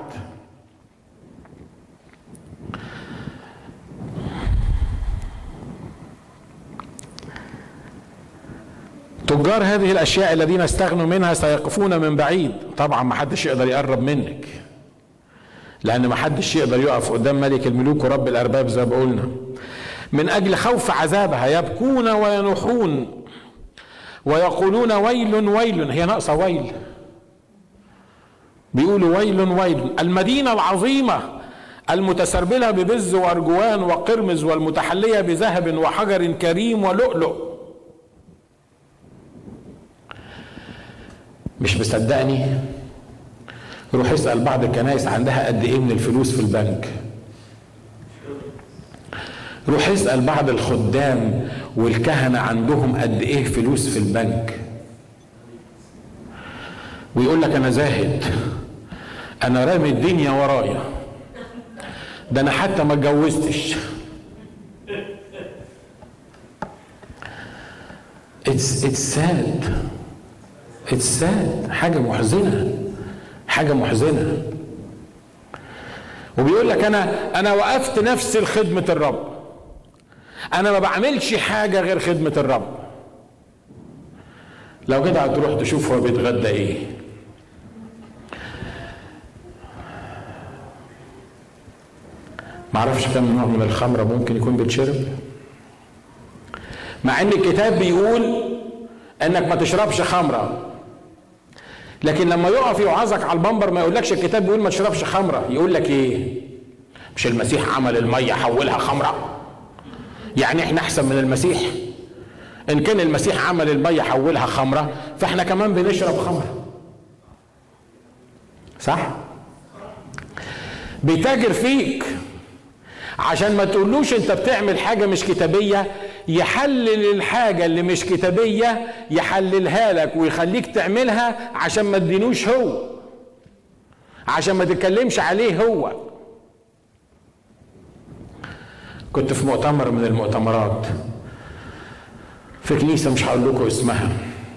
تجار هذه الاشياء الذين استغنوا منها سيقفون من بعيد. طبعا ما حدش يقدر يقرب منك، لأن ما حدش يقدر يقف قدام ملك الملوك ورب الأرباب زي ما قلنا. من أجل خوف عذابها يبكون وينوحون ويقولون ويل ويل. هي ناقصة ويل، بيقولوا ويل ويل. المدينة العظيمة المتسربلة ببز وأرجوان وقرمز والمتحلية بذهب وحجر كريم ولؤلؤ. مش مصدقني؟ روح اسأل بعض الكنائس عندها قد ايه من الفلوس في البنك. روح اسأل بعض الخدام والكهنة عندهم قد ايه فلوس في البنك. ويقول لك انا زاهد، انا رامي الدنيا ورايا، ده انا حتى ما اتجوزتش. It's sad. حاجة محزنة، حاجة محزنة. وبيقول لك أنا وقفت نفسي لخدمة الرب، أنا ما بعملش حاجة غير خدمة الرب. لو كده هتروح تشوف هو بيتغدى ايه. معرفش كم نوع من الخمرة ممكن يكون بيتشرب، مع ان الكتاب بيقول انك ما تشربش خمرة، لكن لما يقف يوعظك على المنبر ما يقولكش الكتاب بيقول ما تشربش خمرة، يقول لك ايه؟ مش المسيح عمل المية حولها خمرة؟ يعني احنا احسن من المسيح؟ ان كان المسيح عمل المية حولها خمرة فاحنا كمان بنشرب خمرة، صح؟ بيتاجر فيك عشان ما تقولوش انت بتعمل حاجة مش كتابية، يحلل الحاجة اللي مش كتابية يحللها لك ويخليك تعملها عشان ما تدينوش هو، عشان ما تتكلمش عليه هو. كنت في مؤتمر من المؤتمرات في كنيسة مش هقول لكم اسمها،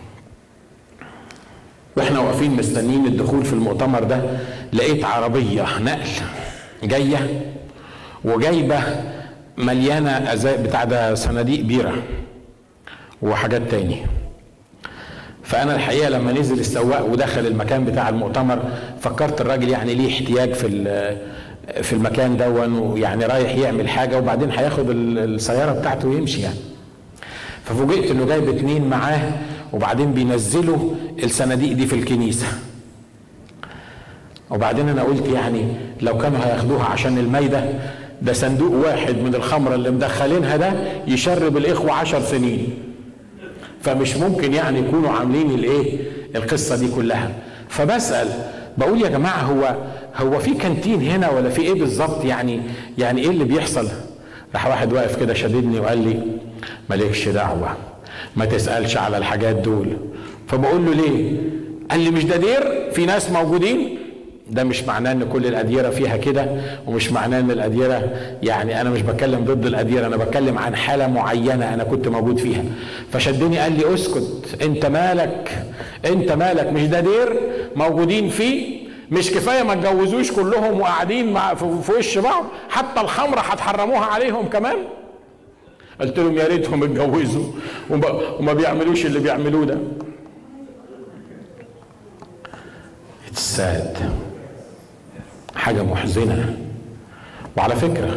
واحنا واقفين مستنيين الدخول في المؤتمر ده، لقيت عربية نقل جاية وجايبة مليانة بتاع ده صناديق بيرة وحاجات تاني. فأنا الحقيقة لما نزل السواق ودخل المكان بتاع المؤتمر فكرت الراجل يعني ليه احتياج في المكان ده، ويعني رايح يعمل حاجة وبعدين هياخد السيارة بتاعته ويمشي يعني. ففوجئت انه جايب 2 معاه وبعدين بينزلوا الصناديق دي في الكنيسة. وبعدين انا قلت يعني لو كانوا هياخدوها عشان المايدة، ده صندوق واحد من الخمرة اللي مدخلينها ده يشرب الإخوة 10 سنين، فمش ممكن يعني يكونوا عاملين الايه القصة دي كلها. فبسأل بقول يا جماعة هو في كانتين هنا ولا في ايه بالظبط؟ يعني ايه اللي بيحصل؟ راح واحد واقف كده شددني وقال لي مالكش دعوة، ما تسألش على الحاجات دول. فبقول له ليه؟ قال لي مش ده دير في ناس موجودين. ده مش معناه ان كل الاديرة فيها كده، ومش معناه ان الاديرة، يعني انا مش بتكلم ضد الاديرة، انا بتكلم عن حالة معينة انا كنت موجود فيها. فشدني قال لي اسكت، انت مالك، مش ده دير موجودين فيه؟ مش كفاية ما اتجوزوش كلهم وقاعدين في وش بعض، حتى الخمرة هتحرموها عليهم كمان؟ قلت لهم يا ريتهم اتجوزوا وما بيعملوش اللي بيعملوه ده. الساد حاجة محزنة. وعلى فكرة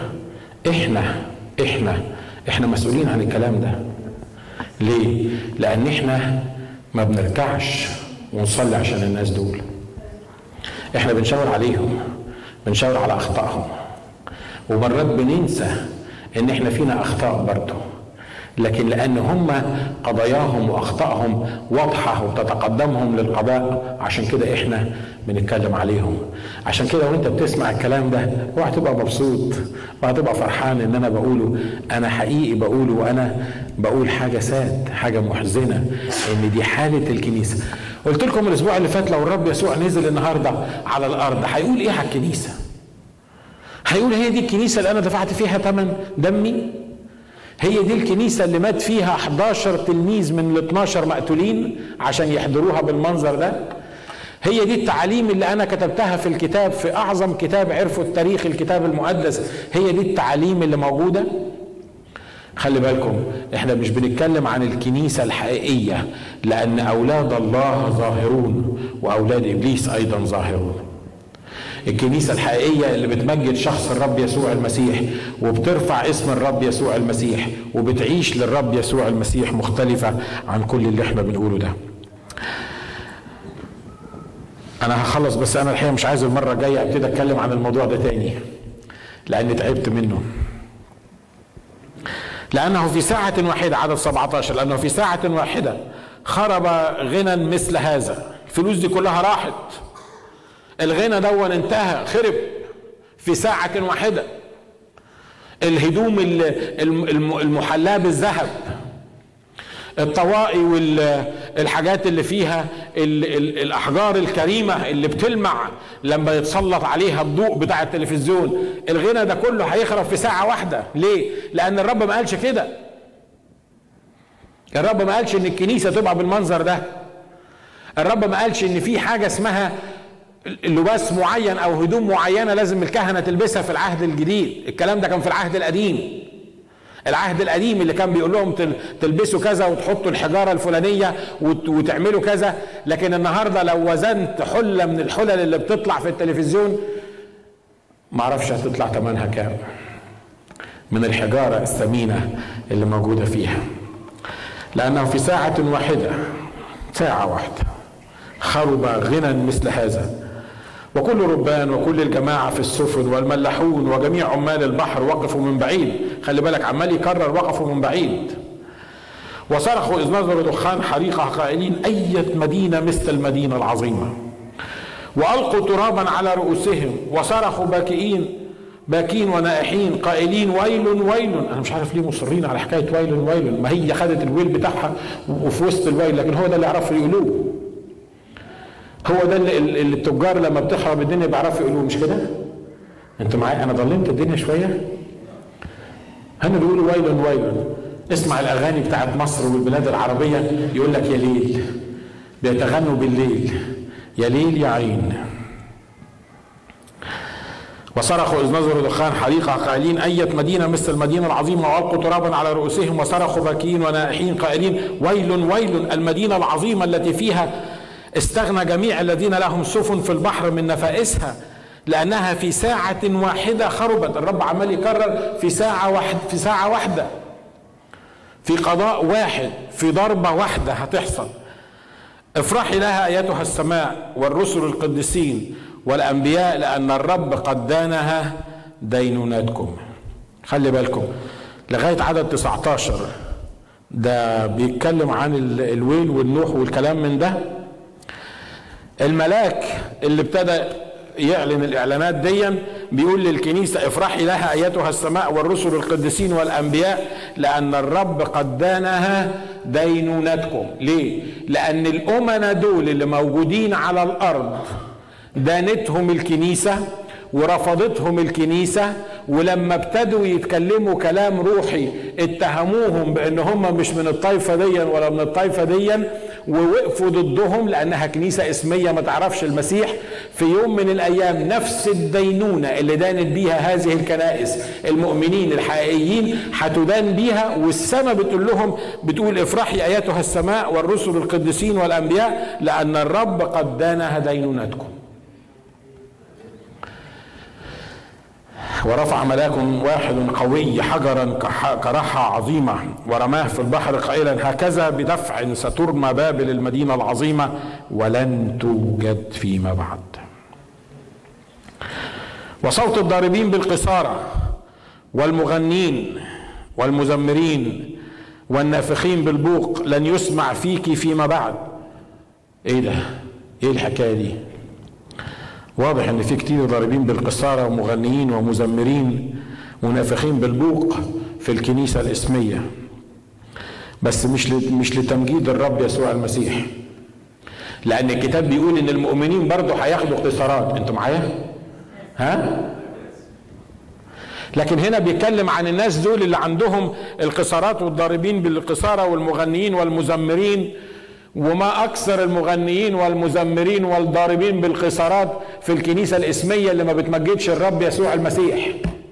احنا مسؤولين عن الكلام ده. ليه؟ لان احنا ما بنركعش ونصلي عشان الناس دول، احنا بنشاور عليهم، بنشاور على اخطائهم، ومرات بننسى ان احنا فينا اخطاء برضه، لكن لان هم قضاياهم واخطائهم واضحه وتتقدمهم للقضاء، عشان كده احنا بنتكلم عليهم. عشان كده وانت بتسمع الكلام ده اوعى تبقى مبسوط وهتبقى فرحان ان انا بقوله، انا حقيقي بقوله، وانا بقول حاجه ساد، حاجه محزنه ان دي حاله الكنيسه. قلت لكم الاسبوع اللي فات لو الرب يسوع نزل النهارده على الارض هيقول ايه على الكنيسه؟ هيقول هي دي الكنيسه اللي انا دفعت فيها ثمن دمي؟ هي دي الكنيسة اللي مات فيها 11 تلميذ من ال 12 مقتولين عشان يحضروها بالمنظر ده؟ هي دي التعاليم اللي أنا كتبتها في الكتاب، في أعظم كتاب عرفوا التاريخ، الكتاب المقدس؟ هي دي التعاليم اللي موجودة؟ خلي بالكم احنا مش بنتكلم عن الكنيسة الحقيقية، لأن أولاد الله ظاهرون وأولاد إبليس أيضا ظاهرون. الكنيسة الحقيقية اللي بتمجد شخص الرب يسوع المسيح وبترفع اسم الرب يسوع المسيح وبتعيش للرب يسوع المسيح مختلفة عن كل اللي احنا بنقوله ده. انا هخلص، بس انا الحقيقة مش عايز المرة الجاية ابتدي اتكلم عن الموضوع ده تاني لاني تعبت منه. لانه في ساعة واحدة، عدد 17، لانه في ساعة واحدة خرب غنى مثل هذا. الفلوس دي كلها راحت، الغنى دون انتهى، خرب في ساعة واحدة. الهدوم المحلاة بالذهب، الطواقي والحاجات اللي فيها الأحجار الكريمة اللي بتلمع لما يتسلط عليها الضوء بتاع التلفزيون، الغنى ده كله هيخرب في ساعة واحدة. ليه؟ لأن الرب ما قالش كده. الرب ما قالش إن الكنيسة تبقى بالمنظر ده. الرب ما قالش إن في حاجة اسمها لباس معين او هدوم معينه لازم الكهنه تلبسها في العهد الجديد. الكلام ده كان في العهد القديم. العهد القديم اللي كان بيقول لهم تلبسوا كذا وتحطوا الحجارة الفلانية وتعملوا كذا. لكن النهاردة لو وزنت حلة من الحلل اللي بتطلع في التلفزيون معرفش هتطلع ثمنها كام من الحجارة الثمينة اللي موجودة فيها. لأنه في ساعة واحدة خرب غنى مثل هذا، وكل ربان وكل الجماعة في السفن والملاحون وجميع عمال البحر وقفوا من بعيد. خلي بالك عمال يكرر وقفوا من بعيد. وصرخوا إذ نظروا دخان حريقة قائلين أية مدينة مثل المدينة العظيمة. وألقوا ترابا على رؤوسهم وصرخوا باكين ونائحين قائلين ويل ويل. أنا مش عارف ليه مصرين على حكاية ويل ويل، ما هي خدت الويل بتاعها وفي وسط الويل، لكن هو ده اللي يعرفوا يقولوه. هو ده اللي التجار لما بتخرب الدنيا بيعرفوا يقولوه، مش كده؟ انتوا معايا؟ انا ضلمت الدنيا شويه. هنا بيقولوا ويل ويل. اسمع الاغاني بتاعت مصر والبلاد العربيه، يقول لك يا ليل، بيتغنوا بالليل، يا ليل يا عين. وصرخوا إذ نظروا دخان حريقة قائلين أية مدينة مثل المدينة العظيمة. وألقوا ترابا على رؤوسهم وصرخوا باكين ونائحين قائلين ويل ويل المدينة العظيمة التي فيها استغنى جميع الذين لهم سفن في البحر من نفائسها، لأنها في ساعة واحدة خربت. الرب عمال يكرر في ساعة واحدة، في قضاء واحد، في ضربة واحدة هتحصل. افرحي لها أيتها السماء والرسل القديسين والأنبياء، لأن الرب قد دانها دينونتكم. خلي بالكم لغاية عدد 19 ده بيتكلم عن الويل والنوح والكلام من ده. الملاك اللي ابتدى يعلن الإعلانات دي بيقول للكنيسة افرحي لها أيتها السماء والرسل القديسين والأنبياء، لأن الرب قد دانها دينونتكم. ليه؟ لأن الأمنة دول اللي موجودين على الأرض دانتهم الكنيسة ورفضتهم الكنيسة، ولما ابتدوا يتكلموا كلام روحي اتهموهم بأن هم مش من الطائفة دي ولا من الطائفة دي، ووقفوا ضدهم لأنها كنيسة اسمية ما تعرفش المسيح. في يوم من الأيام نفس الدينونة اللي دانت بيها هذه الكنائس المؤمنين الحقيقيين هتدان بيها، والسماء بتقول لهم، بتقول افرحي أيتها السماء والرسل القديسين والأنبياء، لأن الرب قد دانها دينونتكم. ورفع ملاك واحد قوي حجرا كرحى عظيمة ورماه في البحر قائلا هكذا بدفع سترمى بابل المدينة العظيمة ولن توجد فيما بعد. وصوت الضاربين بالقصارى والمغنين والمزمرين والنافخين بالبوق لن يسمع فيك فيما بعد. ايه ده؟ ايه الحكاية دي؟ واضح ان في كتير ضاربين بالقصارى ومغنيين ومزمرين ونافخين بالبوق في الكنيسة الاسمية، بس مش لتمجيد الرب يسوع المسيح، لان الكتاب بيقول ان المؤمنين برضو هياخدوا قصارات. انتوا معايا؟ ها؟ لكن هنا بيتكلم عن الناس دول اللي عندهم القصارات والضاربين بالقصارى والمغنيين والمزمرين. وما أكثر المغنيين والمزمرين والضاربين بالقصارات في الكنيسة الإسمية اللي ما بتمجدش الرب يسوع المسيح.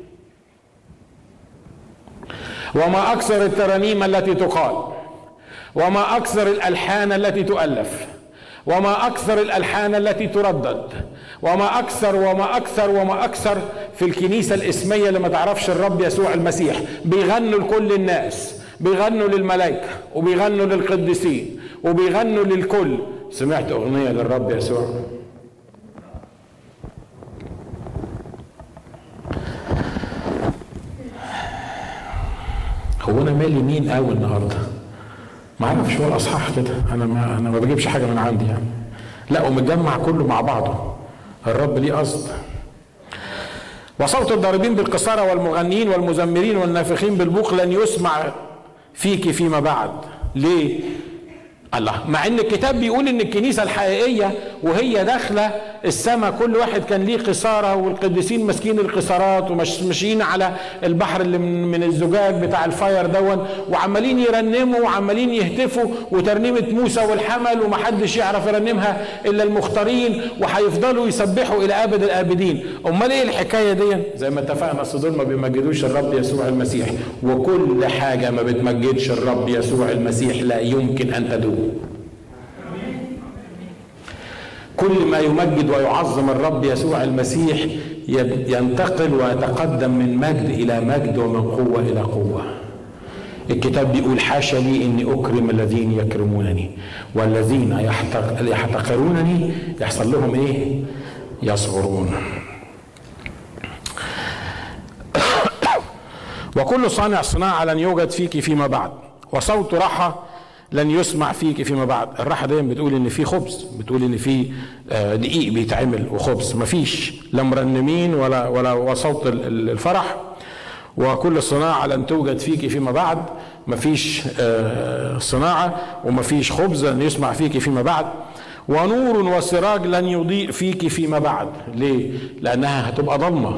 وما أكثر الترانيم التي تقال، وما أكثر الألحان التي تؤلف، وما أكثر الألحان التي تردد، وما أكثر وما أكثر وما أكثر في الكنيسة الإسمية اللي ما تعرفش الرب يسوع المسيح. بيغنوا لكل الناس، بيغنوا للملائكة وبيغنوا للقديسين وبيغنوا للكل. سمعت أغنية للرب يسوع؟ هو أنا مالي مين قوي النهارده؟ ما اعرفش، هو الأصحاح كده. أنا ما بجيبش حاجة من عندي يعني، لا، ومتجمع كله مع بعضه. الرب ليه قصد. وصوت الضاربين بالقصارى والمغنيين والمزمرين والنافخين بالبوق لن يسمع فيك فيما بعد. ليه؟ الله، مع ان الكتاب بيقول ان الكنيسة الحقيقية وهي داخله السماء كل واحد كان ليه قصاره، والقديسين ماسكين القصارات وماشيين على البحر اللي من الزجاج بتاع الفاير دون، وعمالين يرنموا وعمالين يهتفوا، وترنيمه موسى والحمل ومحدش يعرف يرنمها الا المختارين، وهيفضلوا يسبحوا الى ابد الابدين. امال ايه الحكايه دي؟ زي ما اتفقنا، اصل دول ما بيمجدوش الرب يسوع المسيح، وكل حاجه ما بتمجدش الرب يسوع المسيح لا يمكن ان تدوم. كل ما يمجد ويعظم الرب يسوع المسيح ينتقل ويتقدم من مجد الى مجد ومن قوه الى قوه. الكتاب بيقول حاشا لي اني اكرم الذين يكرمونني والذين يحتقرونني يحصل لهم ايه؟ يصغرون. وكل صانع صناعه لن يوجد فيك فيما بعد، وصوت راحه لن يسمع فيك فيما بعد. الراحه دي بتقول ان في خبز، بتقول ان في دقيق بيتعمل وخبز، مفيش لا مرنمين ولا صوت الفرح. وكل صناعه لن توجد فيك فيما بعد، مفيش صناعه ومفيش خبز لن يسمع فيك فيما بعد. ونور وسراج لن يضيء فيك فيما بعد. ليه؟ لانها هتبقى ضلمه.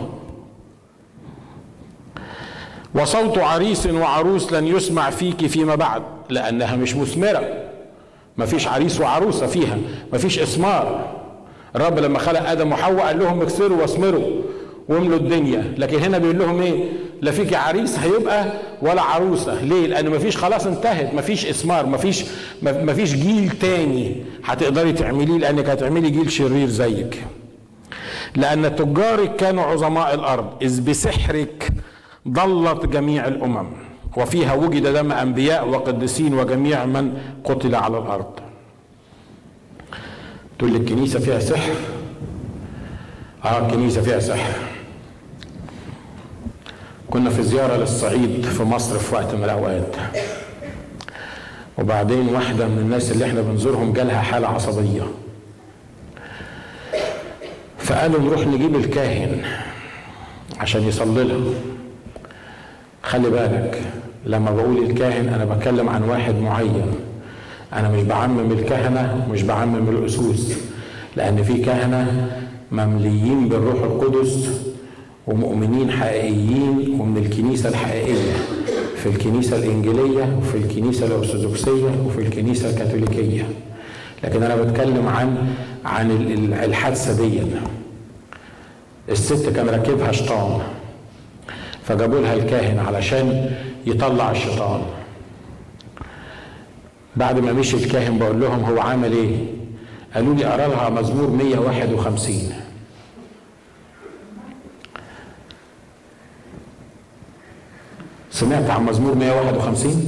وصوت عريس وعروس لن يسمع فيك فيما بعد، لأنها مش مثمرة، مفيش عريس وعروسة فيها، مفيش إثمار. الرب لما خلق آدم وحواء قال لهم اكسروا واثمروا واملوا الدنيا، لكن هنا بيقول لهم ايه؟ لا فيك عريس هيبقى ولا عروسة. ليه؟ لأنه مفيش، خلاص انتهت، مفيش إثمار، مفيش جيل تاني هتقدري تعمليه، لأنك هتعملي جيل شرير زيك. لأن تجارك كانوا عظماء الأرض، إذ بسحرك ضلت جميع الأمم، وفيها وجد دم أنبياء وقديسين وجميع من قتل على الأرض. تقول لي الكنيسة فيها سحر؟ الكنيسة فيها سحر. كنا في زيارة للصعيد في مصر في وقت من الأوقات، وبعدين واحدة من الناس اللي احنا بنزورهم جالها حالة عصبية، فقالوا نروح نجيب الكاهن عشان يصلي لها. خلي بالك لما بقول الكاهن انا بتكلم عن واحد معين، انا مش بعمم الكهنه ومش بعمم الاسوس، لان في كهنه ممليين بالروح القدس ومؤمنين حقيقيين ومن الكنيسه الحقيقيه، في الكنيسه الانجيليه وفي الكنيسه الارثوذكسيه وفي الكنيسه الكاثوليكيه. لكن انا بتكلم عن الحادثه دي. الست كان راكبها شيطان، فجابوا لها الكاهن علشان يطلع الشيطان. بعد ما مشي الكاهن بقول لهم هو عمل ايه؟ قالوا لي قرا لها مزمور 151. سمعت عن مزمور 151؟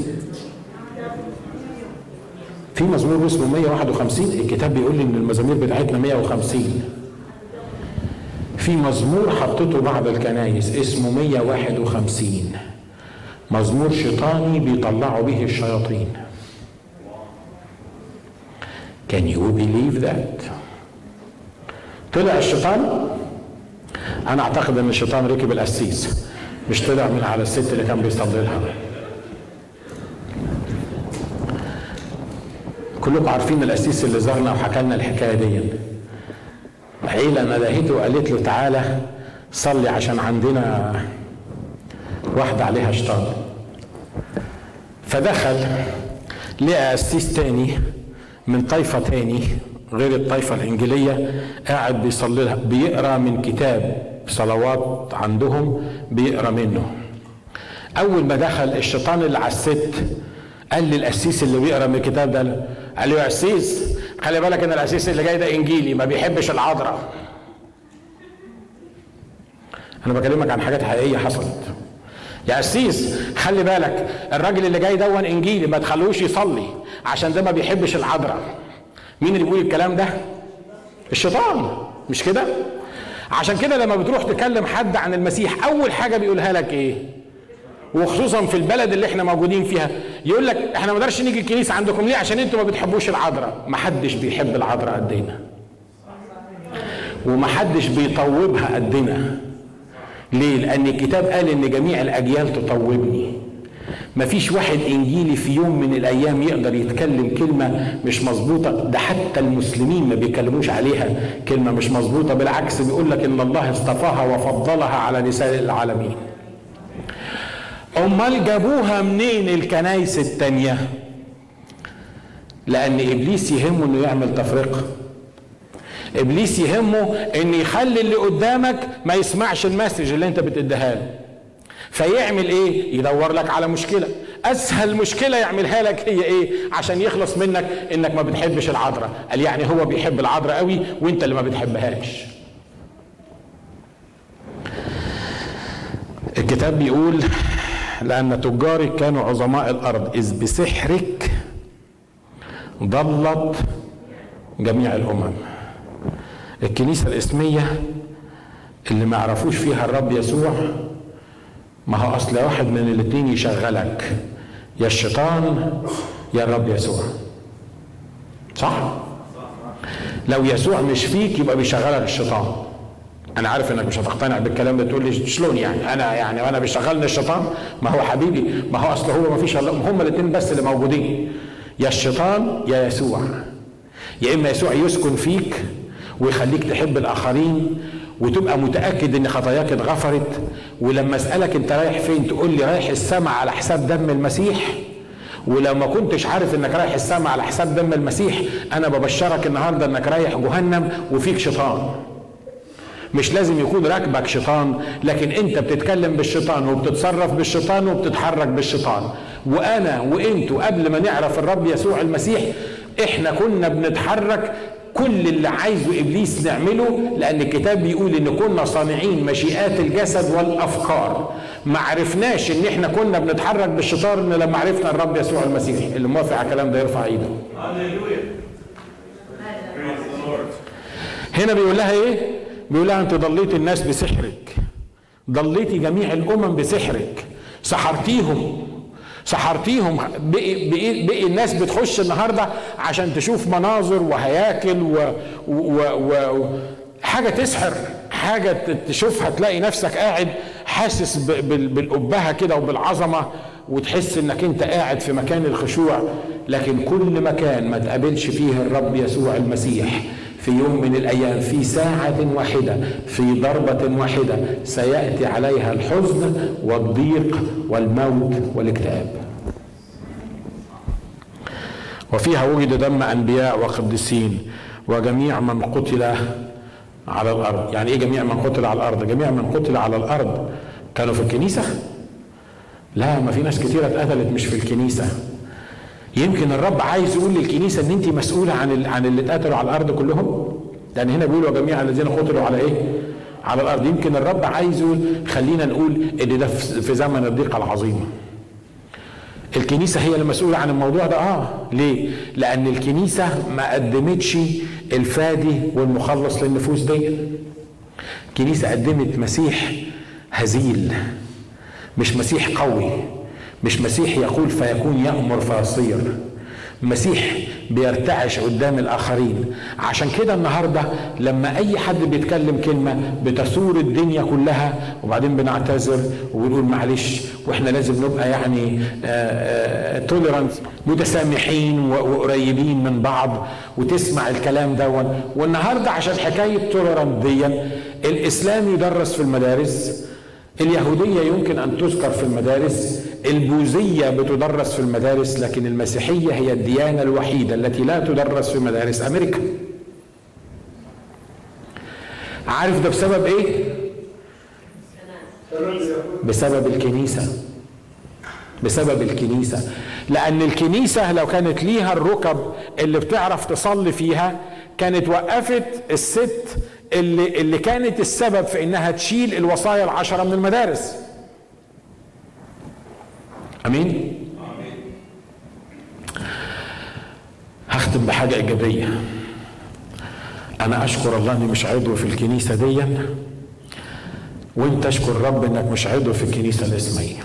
في مزمور اسمه 151. الكتاب بيقول لي ان المزامير بتاعتنا 150. في مزمور حطته بعض الكنايس اسمه 151، مزمور شيطاني بيطلعوا به الشياطين. Can you believe that؟ طلع الشيطان. انا اعتقد ان الشيطان ركب القسيس، مش طلع من على الست اللي كان بيصلي لها. كلكم عارفين القسيس اللي زارنا وحكى لنا الحكايه دي. عيله ندهته وقالت له تعالى صلي عشان عندنا واحده عليها شيطان. فدخل لقى قسيس تاني من طائفه تاني غير الطائفه الانجيليه قاعد بيصلي لها، بيقرا من كتاب صلوات عندهم بيقرا منه. اول ما دخل الشيطان اللي على الست قال للقسيس اللي بيقرا من الكتاب ده، قال له يا قسيس خلي بالك ان القسيس اللي جاي ده انجيلي ما بيحبش العذراء. انا بكلمك عن حاجات حقيقيه حصلت. يا قسيس خلي بالك الراجل اللي جاي ده انجيلي ما تخلوش يصلي عشان ده ما بيحبش العذراء. مين اللي بيقول الكلام ده؟ الشيطان، مش كده؟ عشان كده لما بتروح تكلم حد عن المسيح اول حاجه بيقولها لك ايه؟ وخصوصا في البلد اللي احنا موجودين فيها، يقول لك احنا ما نقدرش نيجي الكنيسه عندكم ليه؟ عشان انتوا ما بتحبوش العذراء. ما حدش بيحب العذراء قدنا، وما حدش بيطوبها قدنا. ليه؟ لان الكتاب قال ان جميع الاجيال تطوبني. مفيش واحد انجيلي في يوم من الايام يقدر يتكلم كلمه مش مظبوطه. ده حتى المسلمين ما بيكلموش عليها كلمه مش مظبوطه، بالعكس بيقول لك ان الله اصطفاها وفضلها على نساء العالمين. امال جابوها منين الكنايس التانيه؟ لان ابليس يهمه انه يعمل تفرقه. ابليس يهمه ان يخلي اللي قدامك ما يسمعش المسج اللي انت بتديها له، فيعمل ايه؟ يدور لك على مشكله. اسهل مشكله يعملها لك هي ايه؟ عشان يخلص منك انك ما بتحبش العذراء. قال يعني هو بيحب العذراء قوي وانت اللي ما بتحبهاش. الكتاب بيقول لان تجارك كانوا عظماء الارض اذ بسحرك ضلت جميع الامم. الكنيسه الاسميه اللي ما عرفوش فيها الرب يسوع، ما هو اصل واحد من الاثنين يشغلك، يا الشيطان يا الرب يسوع. صح؟ لو يسوع مش فيك يبقى بيشغلك الشيطان. انا عارف انك مش هتقتنع بالكلام ده، تقول لي شلون يعني؟ انا بيشغلني الشيطان؟ ما هو حبيبي، ما هو اصل هو ما فيش الا هم الاثنين بس اللي موجودين، يا الشيطان يا يسوع. يا اما يسوع يسكن فيك ويخليك تحب الاخرين وتبقى متاكد ان خطاياك اتغفرت، ولما اسالك انت رايح فين تقول لي رايح السماء على حساب دم المسيح. ولو ما كنتش عارف انك رايح السماء على حساب دم المسيح، انا ببشرك النهارده انك رايح جهنم وفيك شيطان. مش لازم يكون راكبك شيطان، لكن انت بتتكلم بالشيطان وبتتصرف بالشيطان وبتتحرك بالشيطان. وانا وانتوا قبل ما نعرف الرب يسوع المسيح احنا كنا بنتحرك كل اللي عايزه ابليس نعمله، لان الكتاب بيقول ان كنا صانعين مشيئات الجسد والافكار. ما عرفناش ان احنا كنا بنتحرك بالشيطان لما عرفنا الرب يسوع المسيح. اللي موافق على الكلام ده يرفع ايده. هنا بيقول لها ايه؟ بيقول لها انت ضليت الناس بسحرك، ضليتي جميع الامم بسحرك، سحرتيهم. بقي الناس بتخش النهارده عشان تشوف مناظر وهياكل حاجه تسحر، حاجه تشوفها تلاقي نفسك قاعد حاسس بالأبهة كده وبالعظمه، وتحس انك انت قاعد في مكان الخشوع. لكن كل مكان ما تقابلش فيه الرب يسوع المسيح في يوم من الايام، في ساعة واحدة، في ضربة واحدة، سيأتي عليها الحزن والضيق والموت والاكتئاب. وفيها وجد دم انبياء وقديسين وجميع من قتل على الارض. يعني ايه جميع من قتل على الارض؟ جميع من قتل على الارض كانوا في الكنيسة؟ لا، ما في ناس كتيرة اتقتلت مش في الكنيسة. يمكن الرب عايز يقول للكنيسة ان انت مسؤولة عن اللي اتقتلوا على الارض كلهم، لان هنا بيقولوا جميع الذين قتلوا على ايه؟ على الارض. يمكن الرب عايز يقول خلينا نقول ان ده في زمن الضيقة العظيمة الكنيسة هي المسؤولة عن الموضوع ده. ليه؟ لان الكنيسة ما قدمتش الفادي والمخلص للنفوس دي. الكنيسة قدمت مسيح هزيل، مش مسيح قوي، مش مسيح يقول فيكون يأمر فيصير، مسيح بيرتعش قدام الآخرين. عشان كده النهاردة لما أي حد بيتكلم كلمة بتثور الدنيا كلها، وبعدين بنعتذر وبنقول معلش، وإحنا لازم نبقى يعني توليرانس، متسامحين وقريبين من بعض، وتسمع الكلام ده. والنهاردة عشان حكاية توليرانس دي، الإسلام يدرس في المدارس، اليهودية يمكن أن تذكر في المدارس، البوذية بتدرس في المدارس، لكن المسيحية هي الديانة الوحيدة التي لا تدرس في مدارس أمريكا. عارف ده بسبب إيه؟ بسبب الكنيسة. بسبب الكنيسة، لأن الكنيسة لو كانت ليها الركب اللي بتعرف تصلي فيها كانت وقفت الست اللي كانت السبب في انها تشيل الوصايا العشرة من المدارس. امين. هختم بحاجة ايجابية. انا اشكر الله اني مش عضو في الكنيسة دي، وانت اشكر رب انك مش عضو في الكنيسة الاسمية.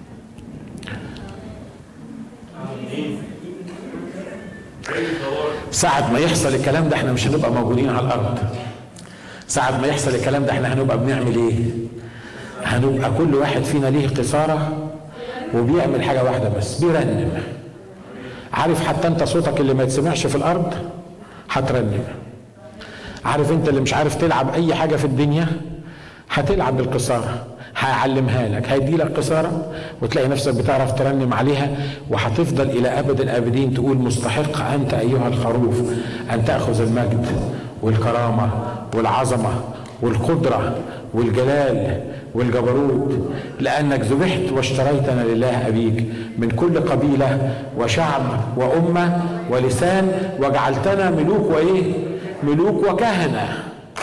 ساعة ما يحصل الكلام ده احنا مش هنبقى موجودين على الارض. ساعة ما يحصل الكلام ده احنا هنبقى بنعمل ايه؟ هنبقى كل واحد فينا ليه قصارة وبيعمل حاجة واحدة بس، بيرنم. عارف حتى انت صوتك اللي ما يتسمعش في الارض هترنم. عارف انت اللي مش عارف تلعب اي حاجة في الدنيا هتلعب بالقصارة، هيعلمها لك، هيدي لك قصارة وتلاقي نفسك بتعرف ترنم عليها، وهتفضل الى ابد الابدين تقول مستحق انت ايها الخروف ان تأخذ المجد والكرامة والعظمة والقدرة والجلال والجبروت، لأنك ذبحت واشتريتنا لله أبيك من كل قبيلة وشعب وأمة ولسان، وجعلتنا ملوك وإيه؟ ملوك وكهنة.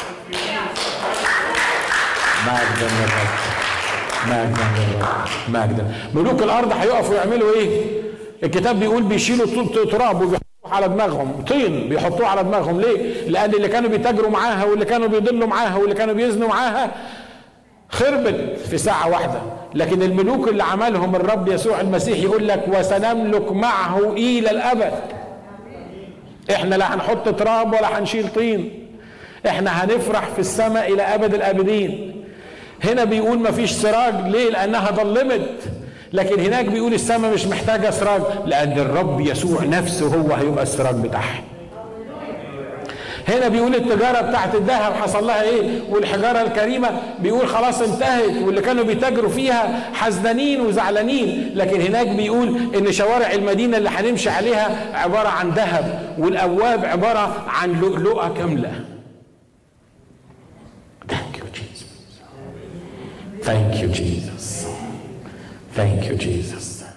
مجدا للرب، مجدا للرب، مجدا. ملوك الأرض هيقفوا يعملوا إيه؟ الكتاب بيقول بيشيلوا تراب وبيحطوه على دماغهم، طين بيحطوه على دماغهم. ليه؟ لأن اللي كانوا بيتاجروا معاها واللي كانوا بيضلوا معاها واللي كانوا بيزنوا معاها خربت في ساعة واحدة. لكن الملوك اللي عملهم الرب يسوع المسيح يقول لك وسنملك معه إلى الأبد. احنا لا هنحط تراب ولا هنشيل طين، احنا هنفرح في السماء إلى أبد الآبدين. هنا بيقول ما فيش سراج، ليه؟ لأنها ظلمت. لكن هناك بيقول السماء مش محتاجة سراج، لأن الرب يسوع نفسه هو هيبقى السراج بتاعها. هنا بيقول التجارة بتاعت الذهب حصل لها ايه؟ والحجارة الكريمة بيقول خلاص انتهت، واللي كانوا بيتاجروا فيها حزنانين وزعلانين. لكن هناك بيقول ان شوارع المدينة اللي هنمشي عليها عبارة عن ذهب، والابواب عبارة عن لؤلؤة كاملة. Thank you Jesus. Thank you Jesus. Thank you Jesus.